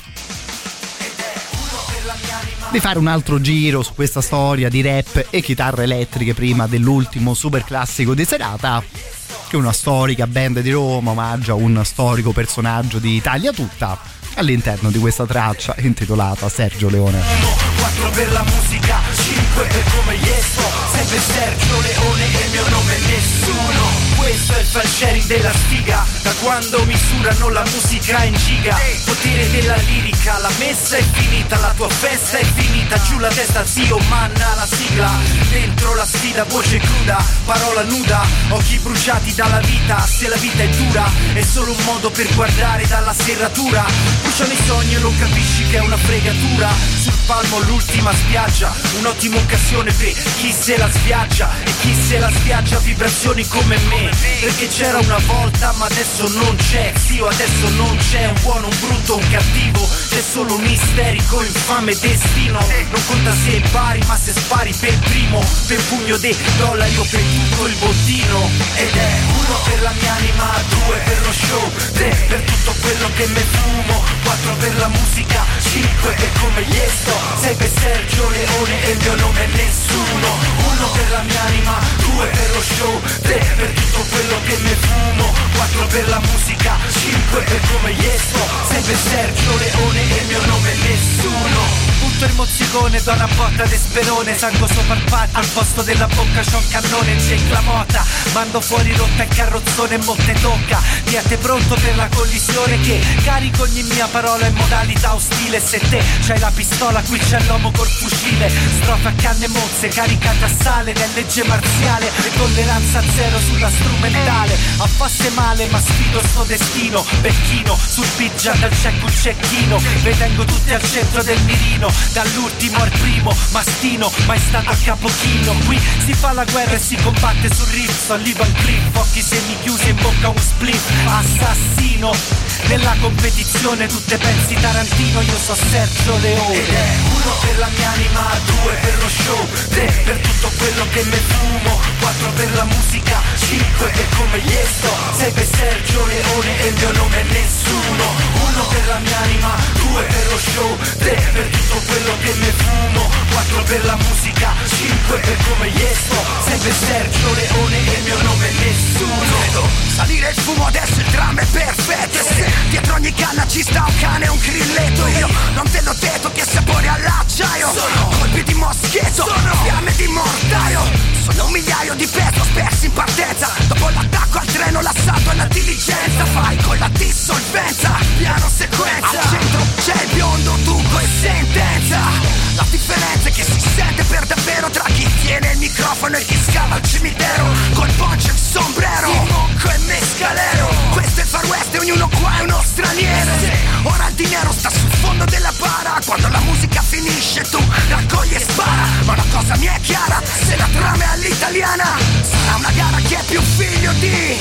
di fare un altro giro su questa storia di rap e chitarre elettriche prima dell'ultimo super classico di serata, che è una storica band di Roma omaggia un storico personaggio di Italia tutta all'interno di questa traccia intitolata Sergio Leone. quattro per la musica, cinque per come gli sto, sei per Sergio Leone e il mio nome è nessuno. Questo è il file sharing della sfiga, da quando misurano la musica in giga. Potere della lirica, la messa è finita, la tua festa è finita. Giù la testa zio, manna la sigla. Dentro la sfida, voce cruda, parola nuda, occhi bruciati dalla vita. Se la vita è dura, è solo un modo per guardare dalla serratura. Bruciano i sogni e non capisci che è una fregatura. Sul palmo l'ultima spiaggia, un'ottima occasione per chi se la sviaggia. E chi se la sviaggia vibrazioni come me, perché c'era una volta ma adesso non c'è. Zio adesso non c'è un buono, un brutto, un cattivo. C'è solo un isterico, infame destino. Non conta se è pari ma se spari per primo. Per un pugno di dollari o per tutto il bottino. Ed è uno per la mia anima, due per lo show, tre per tutto quello che me fumo, quattro per la musica, cinque per come gli sto, sei per Sergio Leone e il mio nome è nessuno. Uno per la mia anima, due per lo show, tre per tutto quello che me fumo, quattro per la musica, cinque per come gli sto, sei per Sergio Leone e il mio nome è nessuno. Butto il mozzicone, do una botta de sperone, sangue sopra il patto, al posto della bocca c'ho un cannone, c'è la mota, mando fuori rotta e carrozzone e mo te tocca. Tiate pronto per la collisione che carico ogni mia parola in modalità ostile. Se te c'hai la pistola, qui c'è l'uomo col fucile. Strofa a canne mozze, caricata a sale nel legge marziale e tolleranza zero sulla strumentale. Affasse male ma sfido sto destino, becchino sul pigia dal cecco un cecchino. Vedengo tutti al centro del mirino, dall'ultimo al primo, mastino, mai stato a capochino. Qui si fa la guerra e si combatte sul riff, Sullivan Cliff, occhi semi chiusi in bocca un split. Assassino, nella competizione tutte pensi Tarantino, io so Sergio Leone. Ed è uno per la mia anima, due per lo show, tre per tutto quello che me fumo, quattro per la musica, cinque per come gli sto, sei per Sergio Leone e il mio nome è nessuno. Uno per la mia anima, due per lo show, tre per tutto quello che me fumo, quattro per la musica, cinque per come gli sto, sei per Sergio Leone e il mio nome è nessuno. Vedo salire il fumo, adesso il dramma è perfetto, e se dietro ogni canna ci sta un cane e un grilletto, io non te l'ho detto che sapore all'acciaio, sono colpi di moschetto, sono fiamme di mortaio, sono un migliaio di petro spersi in partenza. Dopo l'attacco al treno, l'assalto alla diligenza, fai con la dissolvenza, piano sequenza. Al centro c'è il biondo, dunque e sentenza. La differenza è che si sente per davvero tra chi tiene il microfono e chi scava il cimitero col poncho e il sombrero, monco e mescalero. Questo è il Far West e ognuno qua è uno straniero. Ora il dinero sta sul fondo della bara, quando la musica finisce tu raccogli e spara. Ma una cosa mi è chiara, se la trama è all'italiana sarà una gara chi è più figlio di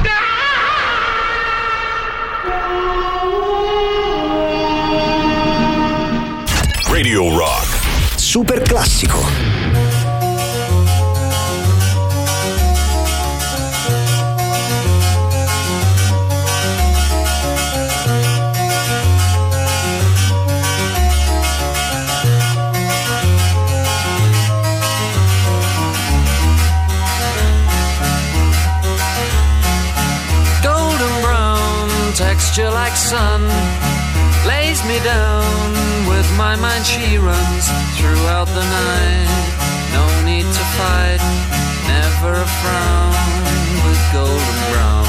Radio Rock Super classico. Texture like sun lays me down. With my mind she runs throughout the night. No need to fight, never a frown. With golden brown,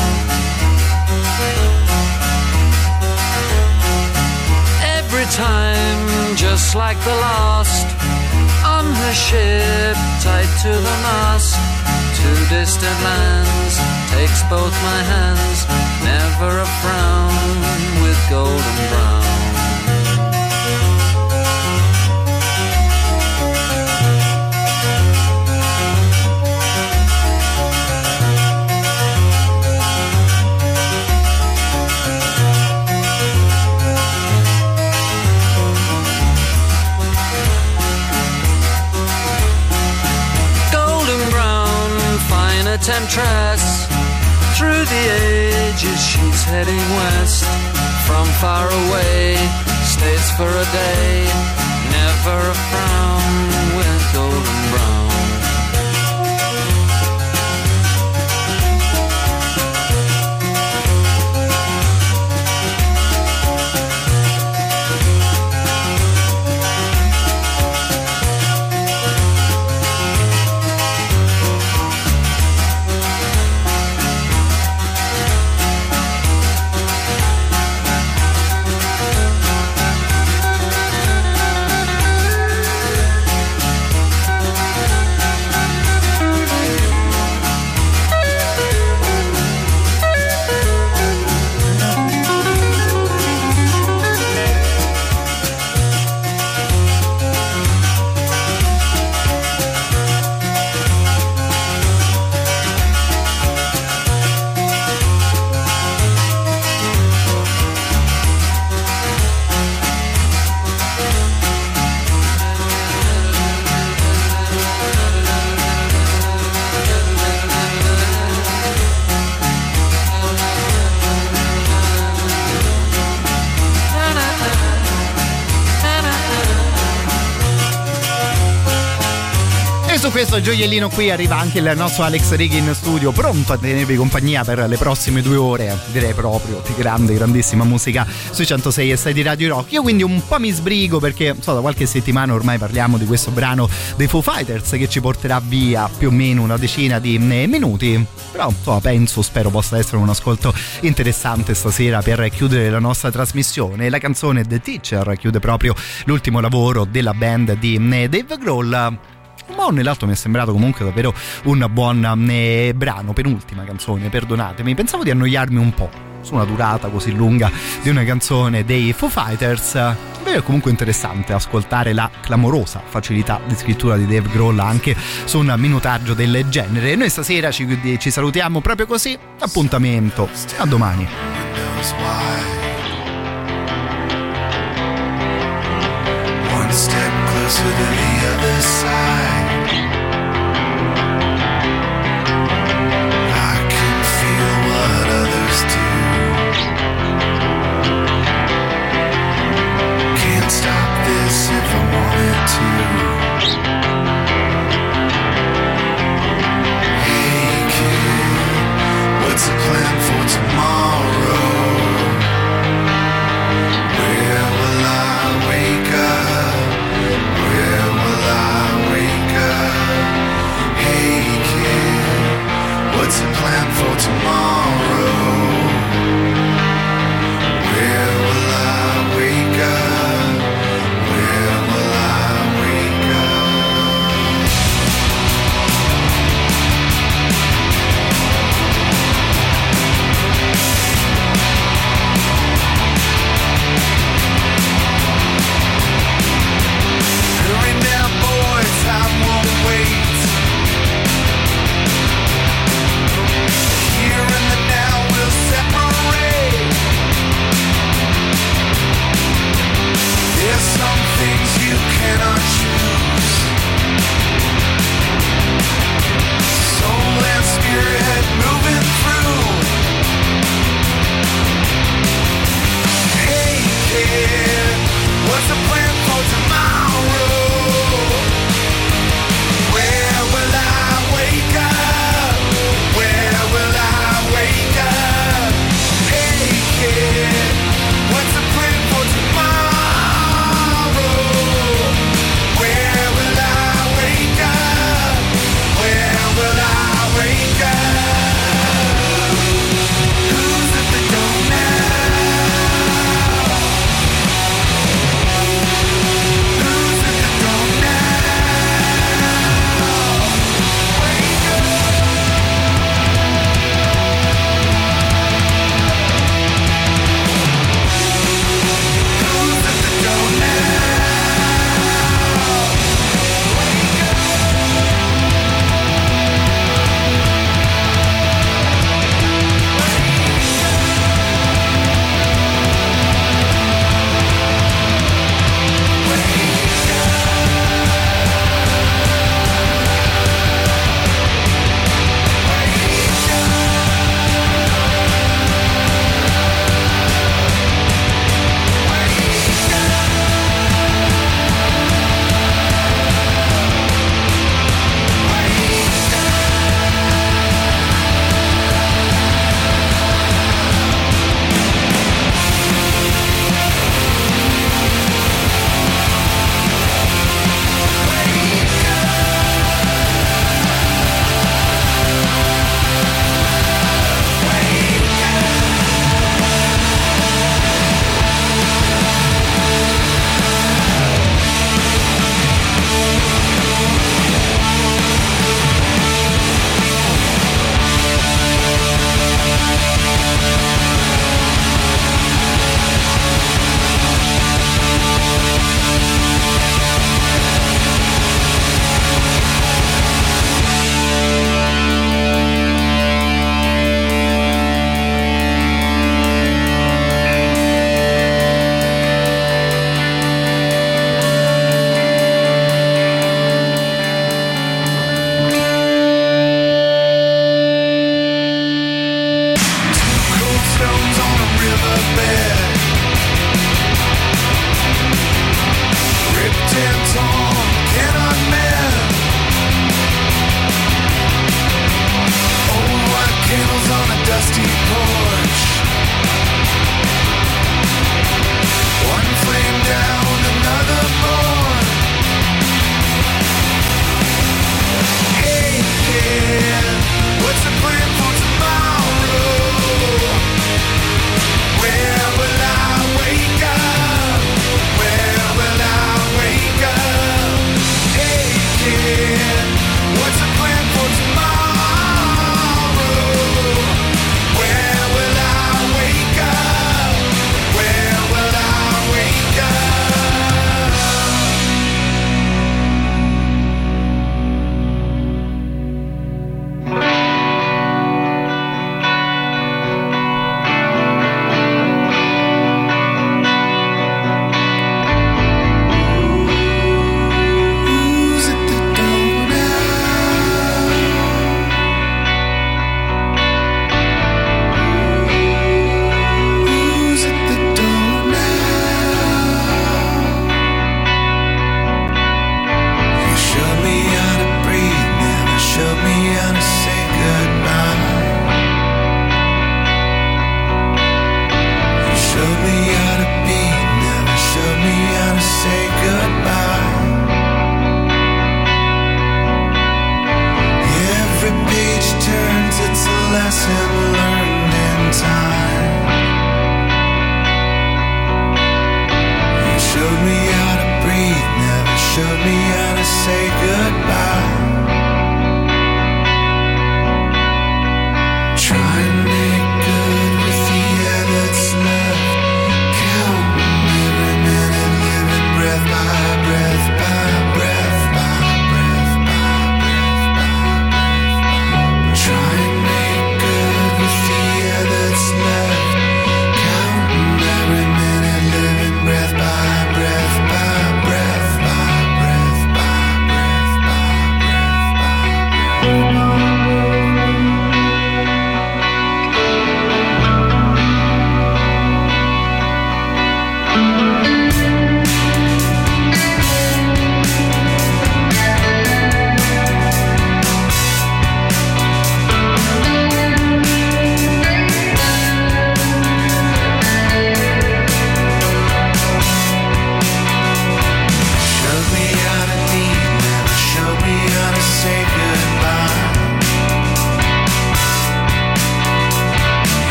every time just like the last. On her ship tied to the mast, to distant lands, takes both my hands. Never a frown with golden brown. ages she's heading west. From far away, stays for a day, never a frown with golden brown. Su questo gioiellino qui arriva anche il nostro Alex Righi in studio, pronto a tenervi compagnia per le prossime due ore, direi proprio di grande, grandissima musica sui centosei e sei di Radio Rock. Io quindi un po' mi sbrigo perché so, da qualche settimana ormai parliamo di questo brano dei Foo Fighters che ci porterà via più o meno una decina di minuti, però insomma, penso, spero possa essere un ascolto interessante stasera per chiudere la nostra trasmissione. La canzone The Teacher chiude proprio l'ultimo lavoro della band di Dave Grohl. Ma nell'altro mi è sembrato comunque davvero un buon eh, brano, penultima canzone, perdonatemi. Pensavo di annoiarmi un po' su una durata così lunga di una canzone dei Foo Fighters. Beh, è comunque interessante ascoltare la clamorosa facilità di scrittura di Dave Grohl anche su un minutaggio del genere. Noi stasera ci, ci salutiamo proprio così. Appuntamento a domani. One step closer to the other side. I can feel what others do. Can't stop this if I wanted to. Hey kid, what's the plan for tomorrow? Where will I wake up? Where will I wake up? Hey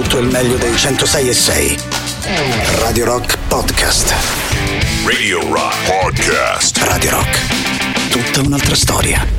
tutto il meglio dei centosei e sei. Radio Rock Podcast. Radio Rock Podcast. Radio Rock. Tutta un'altra storia.